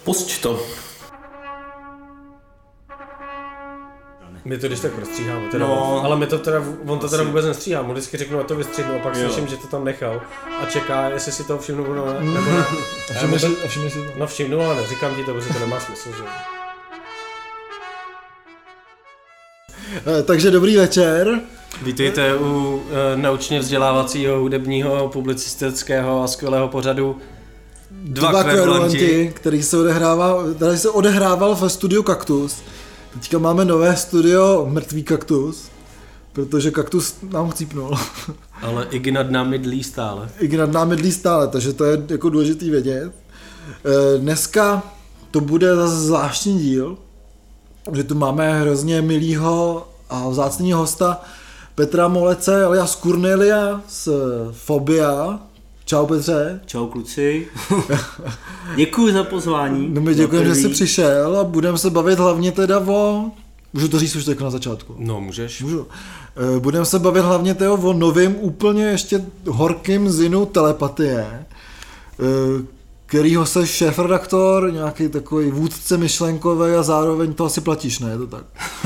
Pusť to. My to když tak prostříháme, teda, no. Ale my to teda, on to teda vůbec nestříhá, mu vždycky řeknu, a to vystřihnu a pak slyším, že to tam nechal a čeká, jestli si to všimnu nebo ne. Všimni si to. No všimnu, ale neříkám ti to, protože to nemá smysl, že? Takže dobrý večer. Vítejte u naučně vzdělávacího, hudebního, publicistického a skvělého pořadu Dva kverulanti, který se odehrával ve studiu Kaktus. Teďka máme nové studio Mrtvý kaktus, protože kaktus nám chcípnul. Ale Iggy nad námi dlí stále. Takže to je jako důležitý vědět. Dneska to bude zase zvláštní díl, že tu máme hrozně milýho a vzácného hosta Petra Molece alias Cornelia z Fobia. Čau Petře. Čau kluci. Děkuji za pozvání. No my děkujeme, že jsi přišel a budeme se bavit hlavně teda o... Můžu to říct už tak na začátku? No můžeš. Můžu. Budeme se bavit hlavně teda o novým úplně ještě horkým zinu telepatie, kterýho se šéfredaktor, nějaký takový vůdce myšlenkový a zároveň to asi platíš, ne? Je to tak?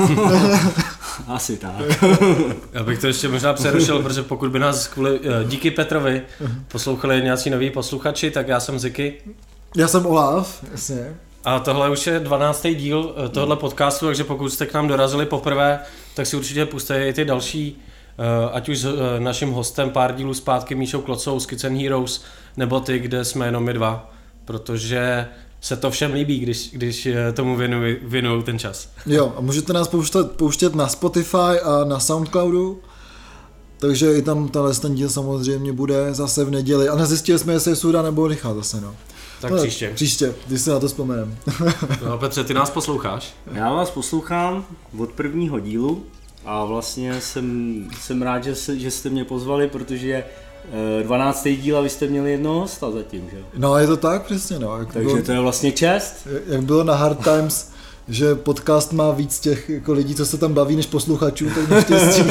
Asi tak. Já bych to ještě možná přerušil, protože pokud by nás díky Petrovi poslouchali nějací noví posluchači, tak já jsem Ziky. Já jsem Olaf, jasně. A tohle už je 12. díl tohohle podcastu, takže pokud jste k nám dorazili poprvé, tak si určitě pusťte i ty další, ať už s naším hostem pár dílů zpátky Míšou Klocou z Kids and Heroes, nebo ty, kde jsme jenom my dva, protože se to všem líbí, když tomu věnují ten čas. Jo, a můžete nás pouštět na Spotify a na Soundcloudu, takže i tam ten díl samozřejmě bude zase v neděli. A nezjistili jsme, jestli je Suda nebo Rychala zase, no. Tak příště. Příště, když se na to vzpomenem. No Petře, ty nás posloucháš? Já vás poslouchám od prvního dílu a vlastně jsem rád, že jste mě pozvali, protože 12. díl a vy jste měli jednoho hosta zatím, že jo? No je to tak, přesně, no. Takže to je vlastně čest. Jak bylo na Hard Times, že podcast má víc těch jako lidí, co se tam baví, než posluchačů, tak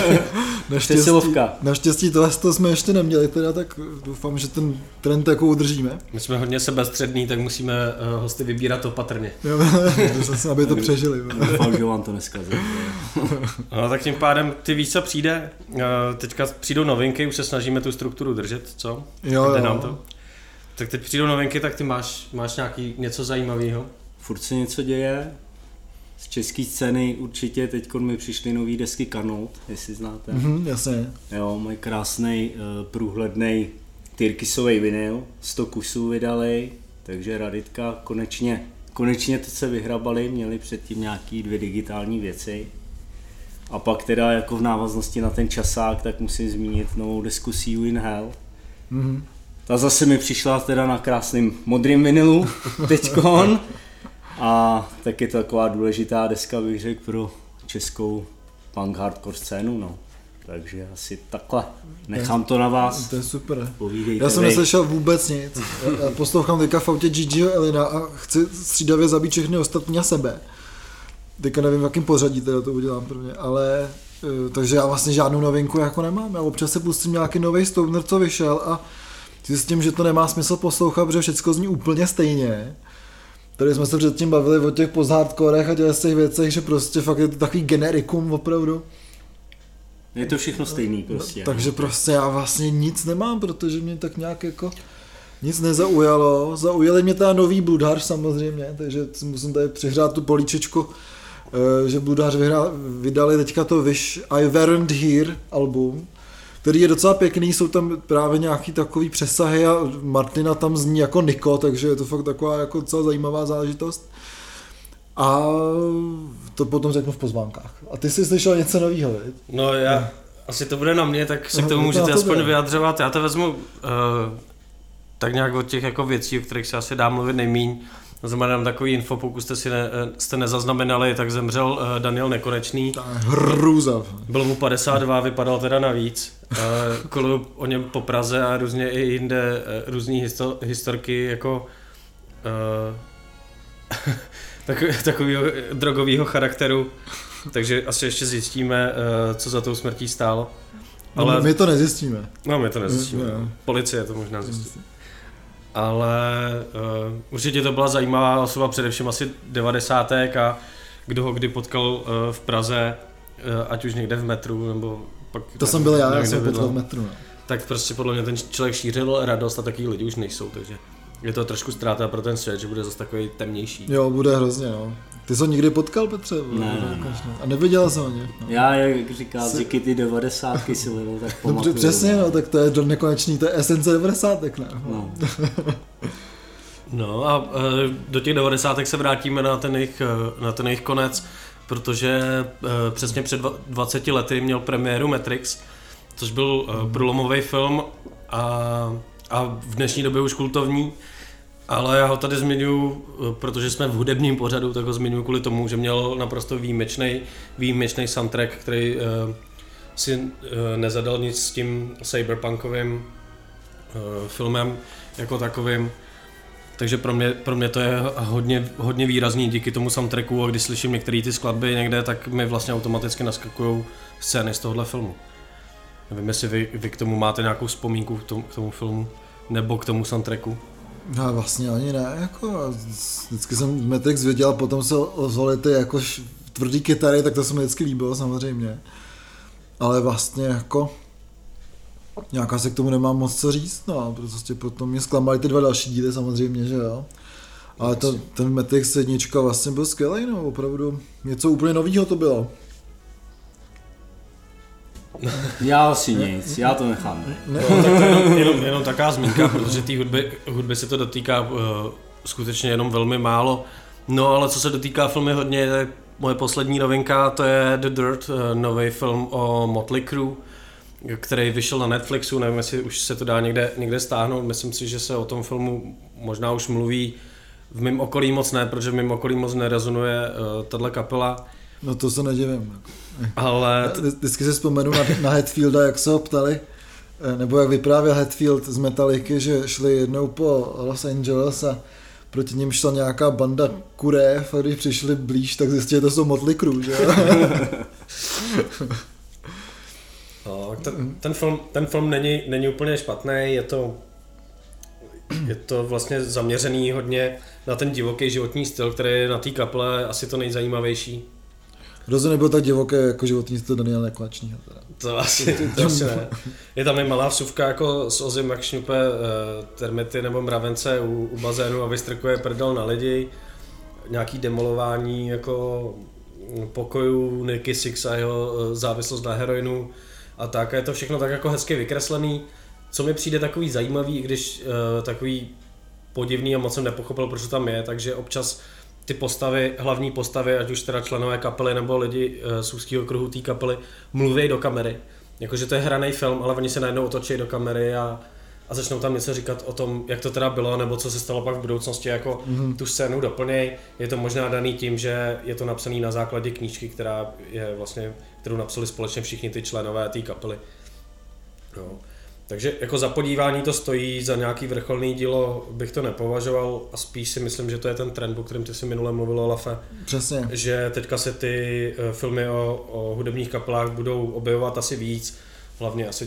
naštěstí tohle jsme ještě neměli, teda, tak doufám, že ten trend jako udržíme. My jsme hodně sebestřední, tak musíme hosty vybírat opatrně. Jo, aby to přežili. Doufám, že vám to neskazí. No tak tím pádem ty víš, co přijde. Teďka přijdou novinky, už se snažíme tu strukturu držet, co? Jo. Nám to. Tak teď přijdou novinky, tak ty máš nějaký něco zajímavého? Furt se něco děje. Z české scény určitě teď mi přišly nový desky Karnout, jestli znáte. Jasně. Jo, mají krásnej průhlednej tyrkysový vinyl, 100 kusů vydali, takže Raditka konečně to se vyhrabali, měli předtím nějaký 2 digitální věci. A pak teda jako v návaznosti na ten časák, tak musím zmínit novou desku See You in Hell. Ta zase mi přišla teda na krásným modrým vinilu teďkon. A tak je to taková důležitá deska, bych řekl, pro českou punk hardcore scénu, no. Takže asi takhle. Nechám to na vás. To je super. Povídejte. Já jsem neslyšel vůbec nic. Já poslouchám teďka v autě Gigiho Elina a chci střídavě zabít všechny ostatní a sebe. Teďka nevím, v jakým pořadí teda to udělám prvně, ale takže já vlastně žádnou novinku jako nemám. Já občas se pustím nějaký nový stoner, co vyšel a zjistím, že to nemá smysl poslouchat, protože všechno zní úplně stejně. Tady jsme se předtím bavili o těch post-hardcorech a těch věcech, že prostě fakt je to takový generikum opravdu. Je to všechno stejný prostě. Takže prostě já vlastně nic nemám, protože mě tak nějak jako nic nezaujalo. Zaujali mě teda nový Bloodharsh samozřejmě, takže musím tady přihřát tu políčečku, že Bloodharsh vydali teďka to Wish I Weren't Here album, který je docela pěkný, jsou tam právě nějaký takový přesahy a Martina tam zní jako Niko, takže je to fakt taková jako docela zajímavá záležitost. A to potom řeknu v pozvánkách. A ty jsi slyšel něco novýho, viď? No asi to bude na mě, tak se k tomu můžete aspoň vyjadřovat. Já to vezmu tak nějak od těch jako věcí, o kterých se asi dá mluvit nejmíň. Znamenám takový info, pokud jste nezaznamenali, tak zemřel Daniel Nekonečný. Hrůza. Bylo mu 52, vypadal teda navíc. Kolují o něm po Praze a různě i jinde různý historky jako takového drogového charakteru. Takže asi ještě zjistíme, co za tou smrtí stálo. Ale my to nezjistíme. No, my to nezjistíme. Policie to možná zjistí. ale určitě to byla zajímavá osoba, především asi 90. a kdo ho kdy potkal v Praze, ať už někde v metru, nebo pak... To jsem byl já jsem potkal v metru. No. Tak prostě podle mě ten člověk šířil radost a takový lidi už nejsou, takže je to trošku ztráta pro ten svět, že bude zase takový temnější. Jo, bude hrozně, no. Ty jsi ho nikdy potkal, Petře? Ne. A neviděl jsem ho ně? No. Já, jak říkal, díky ty 90ky si lidou tak pamatuju. Přesně, no, tak to je do nekonečný, to je esence 90, ne? No. No a do těch 90. se vrátíme na ten jejich konec, protože přesně před 20 lety měl premiéru Matrix, což byl průlomový film a v dnešní době už kultovní, ale já ho tady zmiňuji, protože jsme v hudebním pořadu, tak ho zmiňuji kvůli tomu, že měl naprosto výjimečný soundtrack, který si nezadal nic s tím cyberpunkovým filmem jako takovým. Takže pro mě to je hodně výrazný díky tomu soundtracku, a když slyším některé ty skladby někde, tak mi vlastně automaticky naskakují scény z tohohle filmu. Nevím, jestli vy k tomu máte nějakou vzpomínku k tomu filmu, nebo k tomu soundtracku. No vlastně ani ne, jako vždycky jsem Matrix viděl, potom se ozvaly ty jako tvrdý kytary, tak to se mi vždycky líbilo samozřejmě. Ale vlastně jako nějaká se k tomu nemám moc co říct, no, protože potom mě zklamaly ty 2 další díly samozřejmě, že jo. Ale ten Matrix 1 vlastně byl skvělý, no, opravdu něco úplně novýho to bylo. Já asi nic, já to nechám. No, tak to je jenom taková zmínka, protože té hudby se to dotýká skutečně jenom velmi málo. No ale co se dotýká filmy hodně, je moje poslední novinka, to je The Dirt, nový film o Motley Crue, který vyšel na Netflixu, nevím, jestli už se to dá někde stáhnout, myslím si, že se o tom filmu možná už mluví, v mém okolí moc ne, protože v mém okolí moc nerezonuje tato kapela. No to se nedivím. Ale... Vždycky se vzpomenu na Hetfielda, jak se ho ptali, nebo jak vyprávěl Hetfield z Metallicy, že šli jednou po Los Angeles a proti ním šla nějaká banda kurév a když přišli blíž, tak zjistili, že to jsou Motley Crue, že jo? No, ten film není úplně špatný, je to vlastně zaměřený hodně na ten divoký životní styl, který je na té kaple asi to nejzajímavější. Rozhodně nebyl tak divoký jako životní styl Daniela Neklačního. To asi ne. Je tam i malá vsuvka jako s Ozim, jak šňupe termity nebo mravence u bazénu a vystrkuje prdel na lidi. Nějaký demolování jako pokojů Nicky Six a jeho závislost na heroinu a tak. Je to všechno tak jako hezky vykreslený. Co mi přijde takový zajímavý, i když takový podivný a moc jsem nepochopil, proč to tam je, takže občas ty hlavní postavy, ať už teda členové kapely nebo lidi z úzkého kruhu té kapely, mluví do kamery. Jakože to je hraný film, ale oni se najednou otočí do kamery a začnou tam něco říkat o tom, jak to teda bylo, nebo co se stalo pak v budoucnosti, jako tu scénu doplněj. Je to možná daný tím, že je to napsaný na základě knížky, kterou napsali společně všichni ty členové té kapely. No. Takže jako za podívání to stojí, za nějaký vrcholný dílo bych to nepovažoval a spíš si myslím, že to je ten trend, o kterém ty si minule mluvil, Olafe. Přesně. Že teďka se ty filmy o hudebních kapelách budou objevovat asi víc, hlavně asi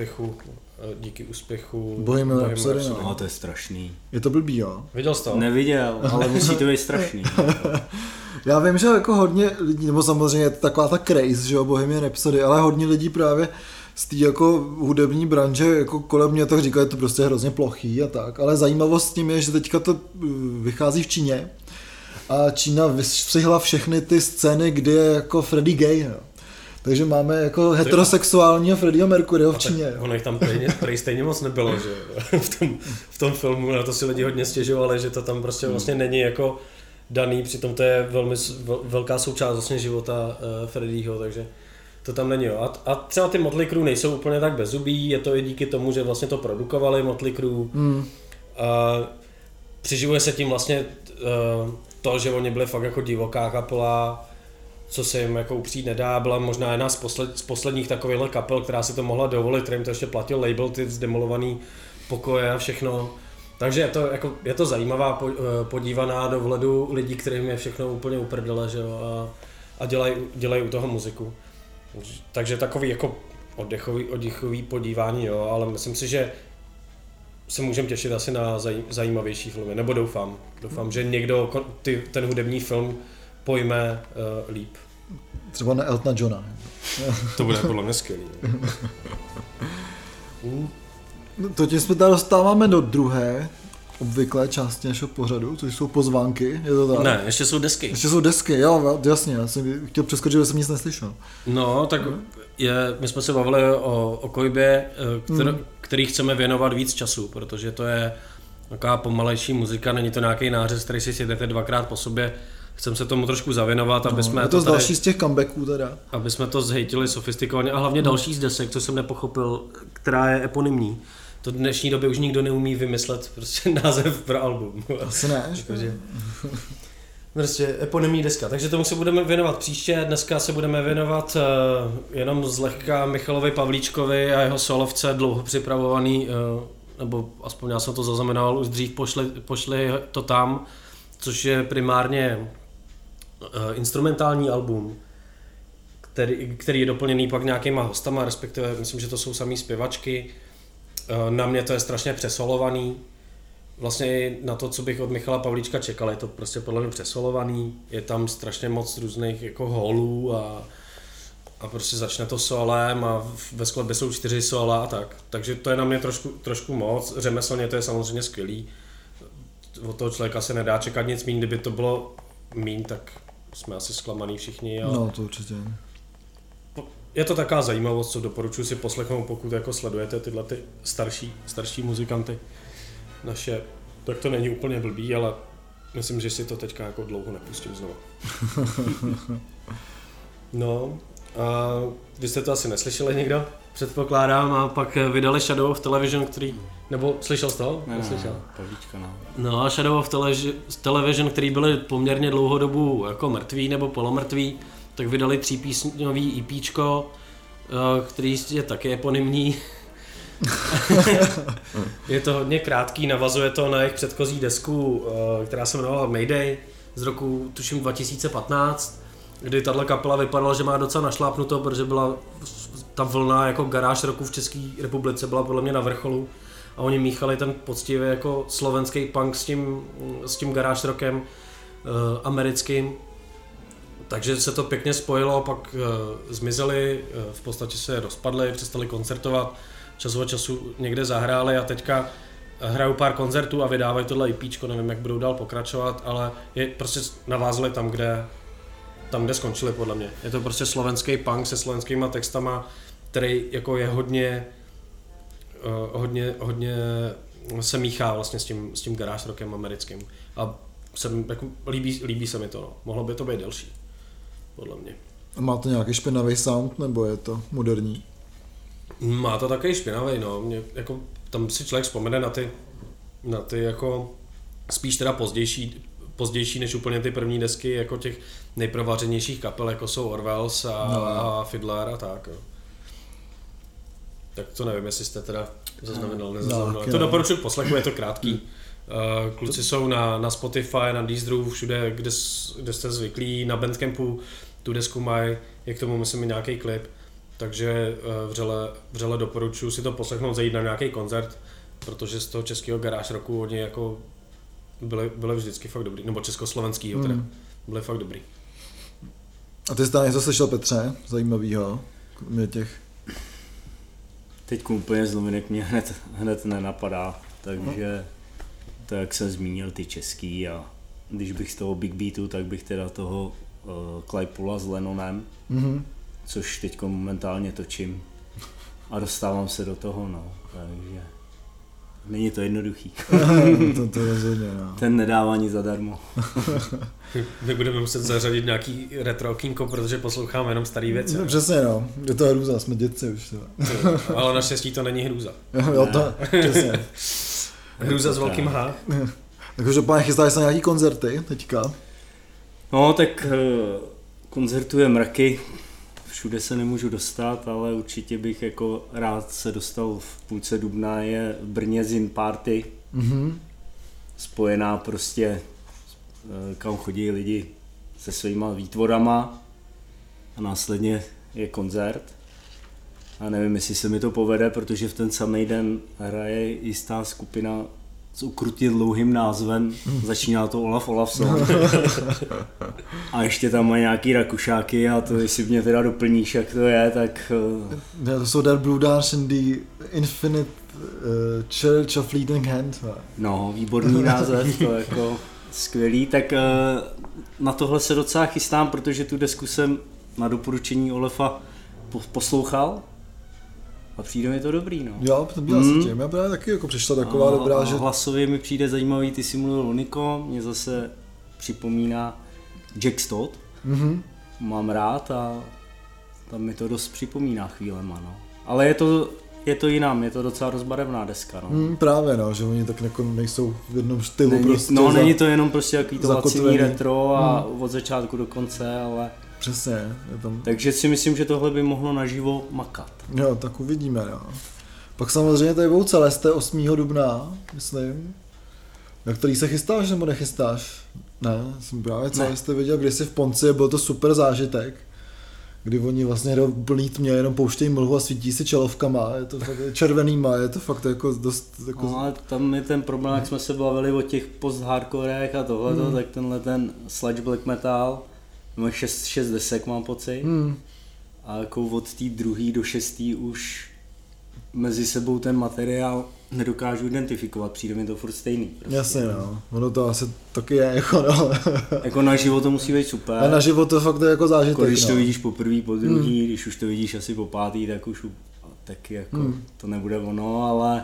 díky úspěchu Bohemian Rhapsody. No, to je strašný. Je to blbý, jo? Viděl jsi to? Neviděl, ale musí to být strašný. Já vím, že jako hodně lidí, nebo samozřejmě je to taková ta craze, že jo, Bohemian Rhapsody, ale hodně lidí právě z té jako hudební branže, jako kolem mě tak říkají, to prostě hrozně plochý a tak, ale zajímavost s tím je, že teďka to vychází v Číně a Čína vystřihla všechny ty scény, kdy je jako Freddie gay, jo. Takže máme jako heterosexuálního Freddieho Mercuryho v Číně. Ono jich tam prej stejně moc nebylo, že v tom filmu, na to si lidi hodně stěžovali, že to tam prostě vlastně není jako daný, přitom to je velmi velká součást vlastně života Freddieho, takže to tam není. Jo. A třeba ty Motley Crue nejsou úplně tak bezzubí, je to i díky tomu, že vlastně to produkovali Motley Crue. A přiživuje se tím vlastně to, že oni byli fakt jako divoká kapela, co se jim jako upřít nedá, byla možná jedna z posledních takovýchhle kapel, která si to mohla dovolit, kterým to ještě platil label, ty zdemolovaný pokoje a všechno. Takže je to zajímavá podívaná do vhledu lidí, kterým je všechno úplně uprdele, že jo, a dělají u toho muziku. Takže takový jako oddechový podívání, jo, ale myslím si, že se můžeme těšit asi na zajímavější filmy, nebo doufám, že někdo ten hudební film pojme líp. Třeba na Eltona Johna. To bude podle mě skvělý. Totiž jsme tady dostáváme do druhé obvyklé části našeho pořadu, což jsou pozvánky, je to tak? Ne, ještě jsou desky. Ještě jsou desky, jo, jasně, já jsem chtěl přeskočit, že jsem nic neslyšel. No, tak my jsme se bavili o Koibě, který chceme věnovat víc času, protože to je taková pomalejší muzika, není to nějaký nářez, který si sjedete dvakrát po sobě. Chceme se tomu trošku zavěnovat, aby jsme je to tady, další z těch comebacků teda. Aby jsme to zhejtili sofistikovaně a hlavně další z desek, co jsem nepochopil, která je eponymní. To v dnešní době už nikdo neumí vymyslet prostě název pro album. Asi ne. Prostě eponymní deska, takže tomu se budeme věnovat příště. Dneska se budeme věnovat jenom zlehka Michalovi Pavlíčkovi a jeho solovce, dlouho připravovaný, nebo aspoň já jsem to zaznamenal, už dřív pošli to tam, což je primárně instrumentální album, který je doplněný pak nějakýma hostama, respektive myslím, že to jsou samý zpěvačky. Na mě to je strašně přesolovaný. Vlastně na to, co bych od Michala Pavlíčka čekal, je to prostě podle mě přesolovaný. Je tam strašně moc různých jako holů a prostě začne to solem a ve skladbě jsou 4 sola a tak. Takže to je na mě trošku moc. Řemeslně to je samozřejmě skvělý. Od toho člověka se nedá čekat nic míň, kdyby to bylo míň, tak jsme asi zklamaný všichni. Ale... No to určitě. Je to taková zajímavost, co doporučuji si poslechnout, pokud jako sledujete tyhle ty starší muzikanty naše, tak to není úplně blbý, ale myslím, že si to teďka jako dlouho nepustím znovu. No, a vy jste to asi neslyšeli někdo, předpokládám, a pak vydali Shadow of Television, který, nebo slyšel jsi to? Neslyšel. Pavlíčka, no. No a Shadow of Television, který byli poměrně dlouhou dobu jako mrtví nebo polomrtví, tak vydali 3písňový EPčko, který je taky eponymní. Je to hodně krátký, navazuje to na jejich předchozí desku, která se jmenovala Mayday z roku, tuším 2015, kdy tahle kapela vypadala, že má docela našlápnuto, protože byla ta vlna jako garáž roku v České republice byla podle mě na vrcholu a oni míchali ten poctivě jako slovenský punk s tím garáž rokem americkým. Takže se to pěkně spojilo, pak zmizeli, v podstatě se rozpadli, přestali koncertovat, čas od času někde zahráli a teďka hrajou pár koncertů a vydávají tohle EPčko, nevím, jak budou dál pokračovat, ale je prostě navázali tam, kde skončili podle mě. Je to prostě slovenský punk se slovenskýma textama, který jako je hodně se míchá vlastně s tím garáž rockem americkým. A líbí se mi to, no. Mohlo by to být delší, podle mě. A má to nějaký špinavý sound, nebo je to moderní? Má to takový špinavý, no. Jako, tam si člověk vzpomene na ty jako spíš teda pozdější než úplně ty první desky jako těch nejprovařenějších kapel, jako jsou Orwells a Fiddler a tak. Jo. Tak to nevím, jestli jste teda zaznamenal, nezaznamenal. To doporučuji k poslechu, je to krátký. Kluci jsou na Spotify, na Deezeru, všude, kde jste zvyklí, na Bandcampu tu desku mají, je k tomu myslím i nějaký klip, takže vřele doporučuji si to poslechnout, zajít na nějaký koncert, protože z toho českého garáž roku oni jako byli vždycky fakt dobrý, nebo československýho teda, byli fakt dobrý. A ty jsi tam něco slyšel, Petře, zajímavýho, kromě těch? Teď úplně zlominek mě hned nenapadá, takže to, jak jsem zmínil, ty český, a když bych z toho Big Beatu, tak bych teda toho Claypoola s Lennonem, což teď momentálně točím a dostávám se do toho, no, takže není to jednoduchý. to rozhodně, no. Ten nedává nic zadarmo. My budeme muset zařadit nějaký retro kinko, protože posloucháme jenom starý věci. No, přesně, no. Je to hrůza, jsme dětci už. Ale naštěstí to není hrůza. Jo, to, přesně. Hrůza s velkým H. Takže páně, chystáš se na nějaký koncerty teďka? No, tak koncertuje mraky. Všude se nemůžu dostat, ale určitě bych jako rád se dostal v půlce dubna, je v Brně Zin Party. Spojená prostě, kam chodí lidi se svýma výtvorama a následně je koncert. A nevím, jestli se mi to povede, protože v ten samý den hraje jistá skupina s ukrutně dlouhým názvem. Začíná to Olaf Olafsson. A ještě tam má nějaký Rakušáky a to, jestli mě teda doplníš, jak to je, tak... To jsou Der Bludars in the Infinite Church of Fleeting Hand. No, výborný název, to jako skvělý. Tak na tohle se docela chystám, protože tu desku jsem na doporučení Olefa poslouchal. A přijde mi to dobrý, no. Jo, to byla se tím. Já právě taky jako přišla taková dobrá, že... Hlasově mi přijde zajímavý, ty si mluvil o Nico, mě zase připomíná Jack Stott. Mám rád a tam mi to dost připomíná chvílema, no. Ale je to jinam, je to docela rozbarevná deska, no. Právě, no, že oni tak jako nejsou v jednom stylu není to jenom prostě jaký to laciný retro a od začátku do konce, ale... Přesně, je tam... Takže si myslím, že tohle by mohlo naživo makat. Jo, tak uvidíme, no. Pak samozřejmě tady budou Celeste 8. dubna, myslím, na který se chystáš nebo nechystáš? Ne, jsem právě Celeste viděl kdysi v Ponci, byl to super zážitek, kdy oni vlastně jdou plný tmě, jenom pouštějí mlhu a svítí si čelovkama, je to fakt červenýma, je to fakt jako dost... Jako... No, ale tam je ten problém, jak jsme se bavili o těch post-hardcorech a tohleto, tak tenhle ten sludge black metal, má 6 desek, mám pocit. A jako od té 2. do 6. už mezi sebou ten materiál nedokážu identifikovat, přijde mi to furt stejný. Prostě. Jasně, no. Ono to asi taky je, jako no. Jako naživo to musí být super. A naživo to fakt je jako zážitek, když to vidíš po první, po druhý, když už to vidíš asi po pátý, tak už taky jako to nebude ono, ale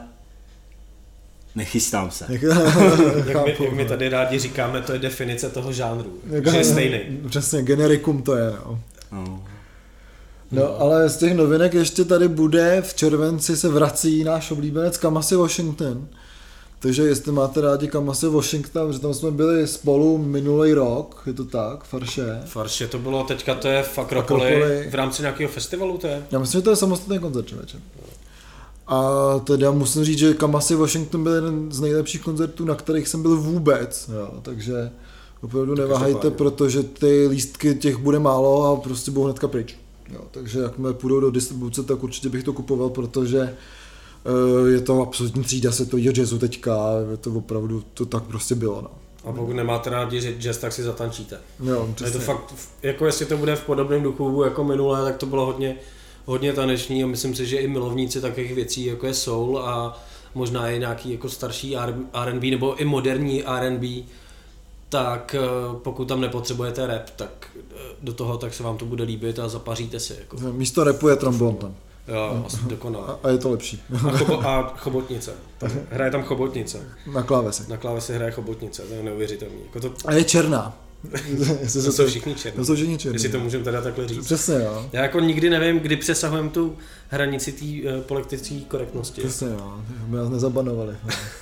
nechystám se. Jak my tady rádi říkáme, to je definice toho žánru, že je stejný. Přesně, generikum to je, no. No, ale z těch novinek ještě tady bude, v červenci se vrací náš oblíbenec Kamasi Washington. Takže jestli máte rádi Kamasi Washington, protože tam jsme byli spolu minulý rok, je to tak, Farše, to bylo teďka, to je v Akropoli, v rámci nějakého festivalu to je? Já myslím, že to je samostatný koncert, člověče. A teda musím říct, že Kamasi Washington byl jeden z nejlepších koncertů, na kterých jsem byl vůbec, jo, takže opravdu neváhejte, protože ty lístky těch bude málo a prostě budou hnedka pryč. Jo, takže jakmile půjdou do distribuce, tak určitě bych to kupoval, protože je to absolutní třída světového jazzu teďka, je to opravdu, to tak prostě bylo. No. A pokud nemáte rádi jazz, tak si zatančíte. Jo, je to fakt, jako jestli to bude v podobném duchu jako minulé, tak to bylo hodně taneční a myslím si, že i milovníci takových věcí, jako je soul a možná i nějaký jako starší R&B nebo i moderní R&B, tak pokud tam nepotřebujete rap, tak do toho tak se vám to bude líbit a zapaříte si. Jako. Místo rapu je trombon tam. Jo, asi dokonale. A je to lepší. A chobotnice. Hraje tam chobotnice. Na klávesi. Na klávesi hraje chobotnice, to je neuvěřitelný. Jako to... A je černá. To jsou všichni černí. To jsou všichni černí. Jestli to můžeme teda takhle říct. Přesně, jo. Já jako nikdy nevím, kdy přesahujeme tu hranici té politické korektnosti. Přesně, jo. My nás nezabanovali.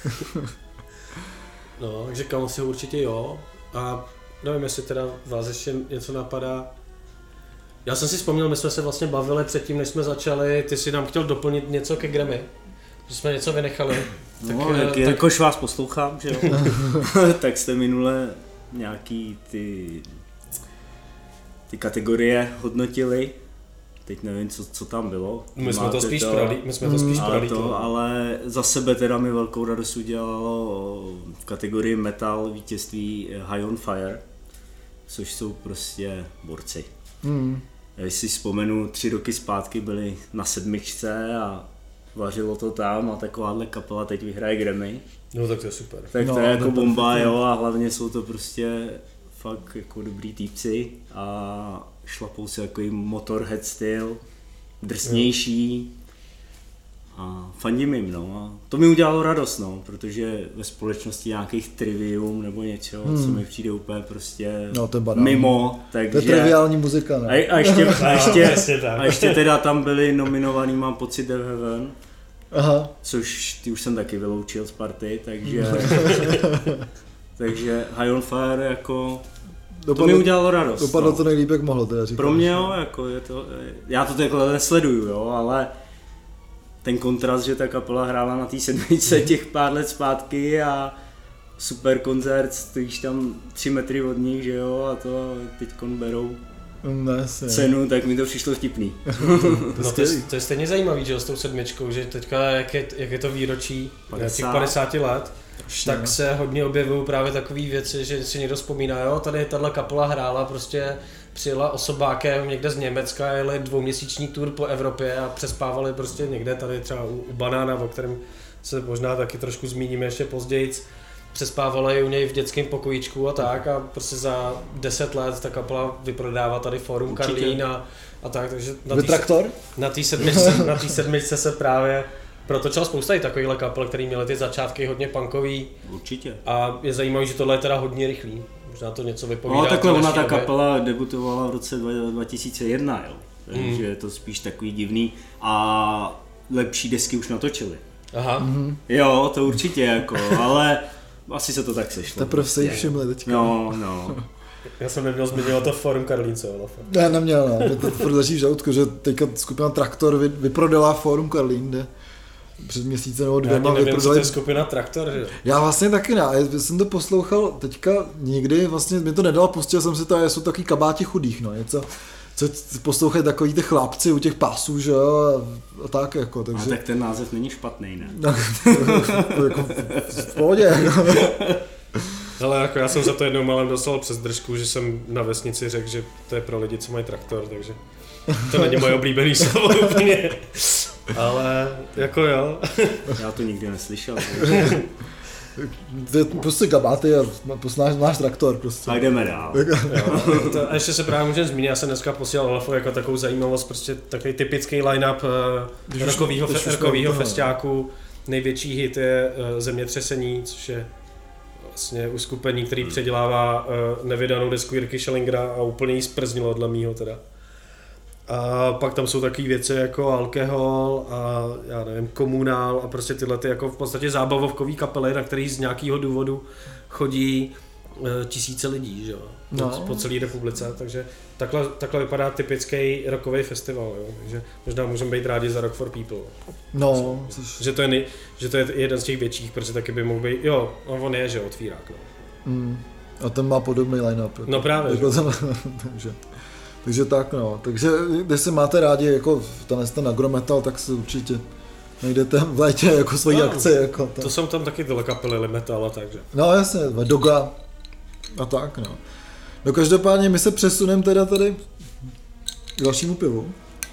No, takže Kamasi určitě jo. A nevím, jestli teda vás ještě něco napadá. Já jsem si vzpomněl, my jsme se vlastně bavili předtím, než jsme začali, ty si nám chtěl doplnit něco ke Grammy, že jsme něco vynechali. No, jakož vás poslouchám, že jo, tak jste minule nějaký ty kategorie hodnotili, teď nevím, co tam bylo. My jsme to spíš prolítili. Ale za sebe teda mi velkou radost udělalo v kategorii metal vítězství High on Fire, což jsou prostě borci. Když si vzpomenu, 3 roky zpátky byli na 7 a vařilo to tam a takováhle kapela teď vyhraje Grammy. No tak to je super. Tak to je jako bomba, jo, a hlavně jsou to prostě fakt jako dobrý týpci a šlapou se jako Motorhead styl, drsnější a fandím jim, no. A to mi udělalo radost, no, protože ve společnosti nějakých trivium nebo něčeho, co mi přijde úplně prostě mimo, takže... To je triviální muzika, no. A ještě teda tam byli nominovaný, mám pocit, The Heaven, což ty už jsem taky vyloučil z party, takže High on Fire jako... To mi udělalo radost. Dopadlo to nejlíp, jak mohlo, teda říkáš. Pro mě jo, jako je to, já to takhle nesleduju, jo, ale ten kontrast, že ta kapela hrála na té 7 těch pár let zpátky a super koncert, stojíš tam 3 metry od nich, že jo, a to teďkon berou cenu, tak mi to přišlo vtipný. No to je stejně zajímavý, že s tou sedmičkou, že teďka jak je to výročí těch 50 let, tak se hodně objevují právě takové věci, že si někdo vzpomíná, jo, tady tahle kapela hrála, prostě přijela osobákem někde z Německa, jeli 2měsíční tour po Evropě a přespávali prostě někde tady třeba u Banána, o kterém se možná taky trošku zmíníme ještě později. Přespávali u něj v dětském pokojíčku a tak a prostě za 10 let ta kapela vyprodává tady Forum Karlín a tak, takže na té sedmičce se právě protočila spousta i takovýchhle kapel, který měly ty začátky hodně punkový. Určitě. A je zajímavý, že tohle je teda hodně rychlý. Možná to něco vypovídá. No takhle ona ta kapela debutovala v roce 2001, jo. Takže je to spíš takový divný a lepší desky už natočili. Aha. Jo, to určitě jako, ale asi se to tak sešlo. Teprve se jich všimli teďka. No. Já jsem neměl zmiňovat to Forum Karlín, co jo? Ne, neměl, no. Mě to furt leží v žaludku, že teďka skupina Traktor vyprodala Forum Karlín, kde před měsícem nebo dvěma vyprodali. Já skupina Traktor, že? Já vlastně taky ne, já jsem to poslouchal teďka nikdy, vlastně mi to nedalo, pustil jsem si to a jsou takový kabáti chudých, no, něco, co poslouchají takový ty chlapci u těch pásů, že jo, a tak jako, takže... A tak ten název není špatný, ne? No, jako v pohodě, jako. Ale jako já jsem za to jednou malem dostal přes držku, že jsem na vesnici řekl, že to je pro lidi, co mají traktor, takže to není moje oblíbený slovo úplně. Ale jako jo. Já to nikdy neslyšel. Prostě kabáty a náš traktor prostě. A jdeme dál. A ještě se právě můžeme zmínit, já jsem dneska posílal Olafu jako takovou zajímavost, prostě takový typický line-up rockovýho festiáku. Největší hit je Zemětřesení, což je vlastně uskupení, který předělává nevydanou desku Jirky Schellingera a úplně jí sprznilo dle mýho teda. A pak tam jsou takové věci jako Alkohol a já nevím, Komunál a prostě tyhle ty jako v podstatě zábavovkový kapely, na který z nějakého důvodu chodí tisíce lidí, že jo, po celé republice, takže takhle vypadá typický rockový festival, jo, takže možná můžeme být rádi za Rock for People. No, že to je jeden z těch větších, protože taky by mohl být, jo, on je, že otvírák, no. A ten má podobný line-up. Jako, no právě, jako takže tak no, takže když se máte rádi jako ten agrometal, tak se určitě najdete v létě jako svojí akce. Jako to jsou tam taky tyhle kapely metal a takže. No jasně, Doga a tak no. No každopádně my se přesuneme teda tady k dalšímu pivu.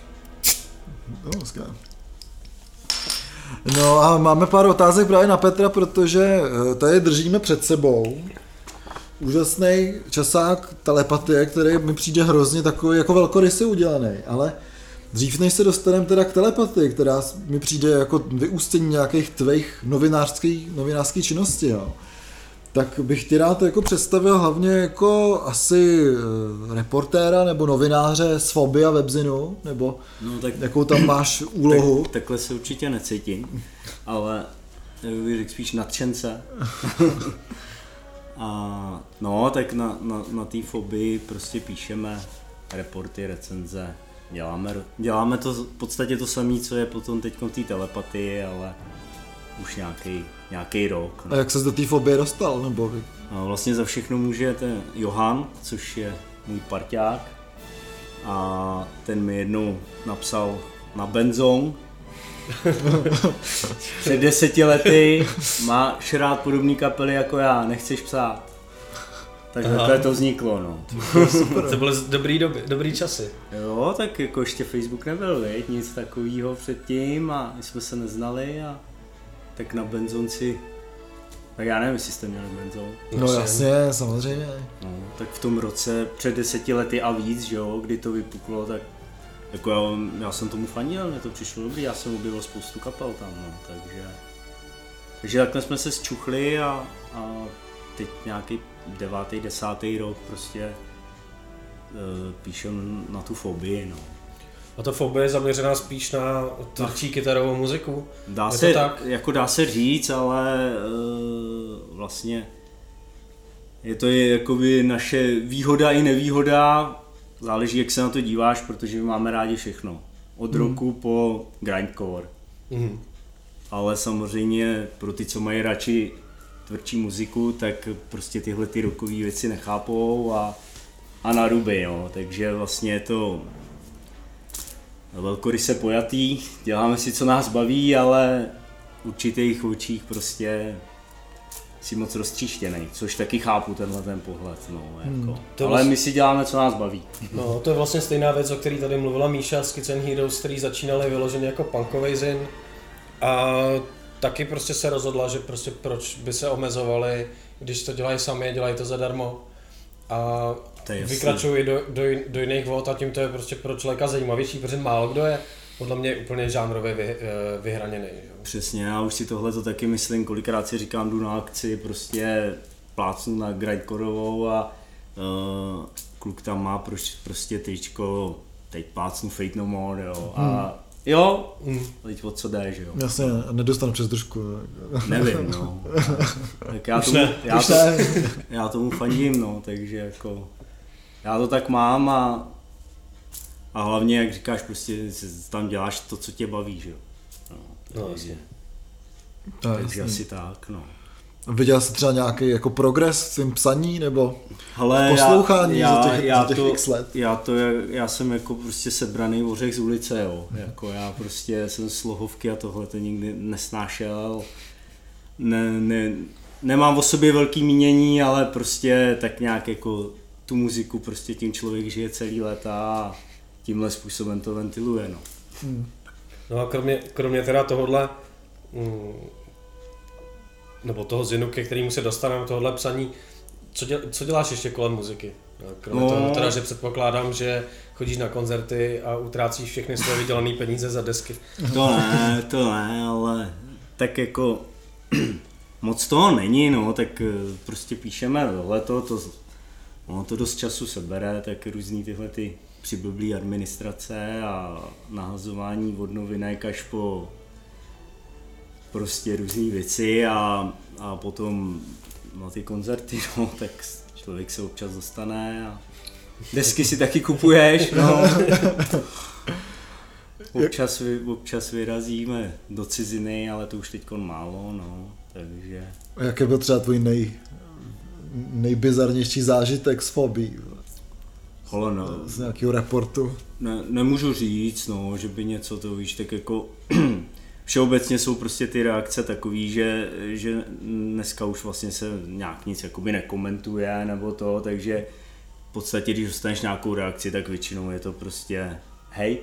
No a máme pár otázek právě na Petra, protože tady držíme před sebou úžasný časák telepatie, který mi přijde hrozně takový jako velkorysy udělaný, ale dřív než se dostaneme teda k telepatii, která mi přijde jako vyústění nějakých tvých novinářských činnosti, jo, tak bych ti rád jako představil hlavně jako asi reportéra nebo novináře z Foby a Webzinu, nebo tak, jakou tam máš úlohu. Takhle se určitě necítím, ale bych řekl spíš nadšence. A no, tak na té Fobii prostě píšeme reporty, recenze, děláme to v podstatě to samé, co je potom teď v té telepatii, ale už nějaký rok. No. A jak ses do té Fobie dostal? Nebo? No, vlastně za všechno může ten Johan, což je můj parťák, a ten mi jednou napsal na Benzong. Před 10 lety máš rád podobný kapely jako já, nechceš psát. Tak takhle to vzniklo, no. To byly dobrý časy. Jo, tak jako ještě Facebook nebyl, viď? Nic takového předtím a my jsme se neznali a tak na Benzonci, tak já nevím, jestli jste měli Benzon. No jasně, samozřejmě. No, tak v tom roce před 10 lety a víc, že jo, kdy to vypuklo, tak jako já jsem tomu fanil, mě to přišlo dobrý, já jsem objevil spoustu kapel tam, no, takže takhle jsme se zčuchli a teď nějaký 9., 10. rok prostě píšem na tu Fobii, no. A ta Fobie je zaměřená spíš na tvrdší kytarovou muziku? Dá se říct, ale vlastně je to jakoby naše výhoda i nevýhoda, záleží, jak se na to díváš, protože my máme rádi všechno. Od rocku po grindcore. Ale samozřejmě pro ty, co mají radši tvrdší muziku, tak prostě tyhle ty rockové věci nechápou a a na ruby, jo. Takže vlastně je to velkoryse pojatý, děláme si, co nás baví, ale v určitých očích prostě si moc roztříštěnej, což taky chápu tenhle ten pohled, no, jako. Ale my si děláme, co nás baví. No, to je vlastně stejná věc, o které tady mluvila Míša z Kids and Heroes, který začínali vyloženě jako punkovej zin a taky prostě se rozhodla, že prostě proč by se omezovali, když to dělají sami, dělají to zadarmo a vykračují do jiných vod a tím to je prostě pro člověka zajímavější, protože málo kdo je podle mě úplně žánrově vyhraněný. Jo? Přesně, já už si tohle to taky myslím, kolikrát si říkám, jdu na akci, prostě plácnu na grindcoreovou a kluk tam má prostě tyčko, teď plácnu Fate No More, jo, a jo, teď o co jde, že jo. Jasně, nedostanu přes držku. Nevím, no. Tak já tomu fandím, no, takže jako, já to tak mám a hlavně, jak říkáš, prostě tam děláš to, co tě baví, že jo. No, jasně. Takže asi tak, no. Viděl jsi třeba nějaký jako progres v svým psaní nebo hele, poslouchání za těch x let? Já jsem jako prostě sebraný ořech z ulice, jo. Jako já prostě jsem slohovky a tohle to nikdy nesnášel. Nemám o sobě velký mínění, ale prostě tak nějak jako tu muziku prostě tím člověk žije celý léta a tímhle způsobem to ventiluje, no. No a kromě teda tohodle, nebo toho zinu, ke kterému se dostaneme, tohohle psaní, co děláš ještě kolem muziky? Kromě toho teda, že předpokládám, že chodíš na koncerty a utrácíš všechny své vydělané peníze za desky. To ne, ale tak jako moc toho není, no, tak prostě píšeme tohleto, ono to dost času sebere, tak různý tyhle ty přiblblý administrace a nahazování od novinek až po prostě různý věci a potom na ty koncerty, no, tak člověk se občas dostane a desky si taky kupuješ, no. Občas vyrazíme do ciziny, ale to už teďkon málo, no, takže... A jaký byl třeba tvůj nejbizarnější zážitek s fobí? Z nějakého reportu? Nemůžu říct, no, že by něco to, víš, tak jako všeobecně jsou prostě ty reakce takový, že dneska už vlastně se nějak nic jakoby nekomentuje nebo to, takže v podstatě, když dostaneš nějakou reakci, tak většinou je to prostě hate.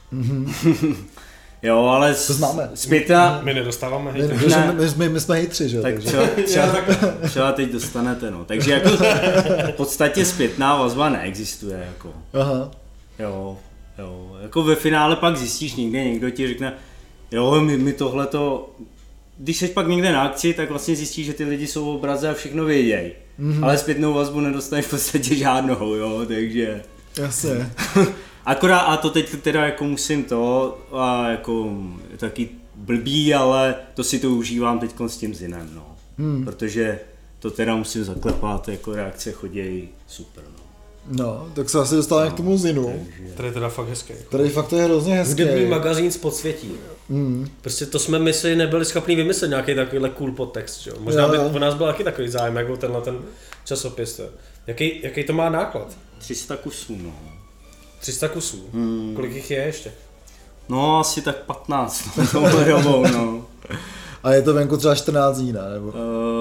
Jo, ale to známe. Zpětná... My nedostáváme hejt. My jsme hejtři, že? Tak třeba teď dostanete, no. Takže jako v podstatě zpětná vazba neexistuje, jako. Aha. Jo. Jako ve finále pak zjistíš někdo ti řekne, jo, my tohleto, když jsi pak někde na akci, tak vlastně zjistíš, že ty lidi jsou v obraze a všechno vědějí. Ale zpětnou vazbu nedostaneš v podstatě žádnou, jo, takže... Jasně. Akorát, a to teď teda jako musím to, a jako je taky blbý, ale to si to užívám teď s tím zinem, no. Protože to teda musím zaklepat, jako reakce chodějí super, no. No, tak se asi dostáváme k tomu zinu. Tady je teda fakt hezký. Tady fakt je hrozně hezký. Hudební magazín z podsvětí. Prostě to jsme my si nebyli schopni vymyslet nějaký takovýhle cool podtext, jo. Možná by po nás byl taky takový zájem, jako tenhle ten časopis. Jaký to má náklad? 300 kusů, no. 300 kusů? Kolik jich je ještě? No, asi tak 15, no, tohle dobou, no. A je to venku třeba 14 dní, ne? Nebo...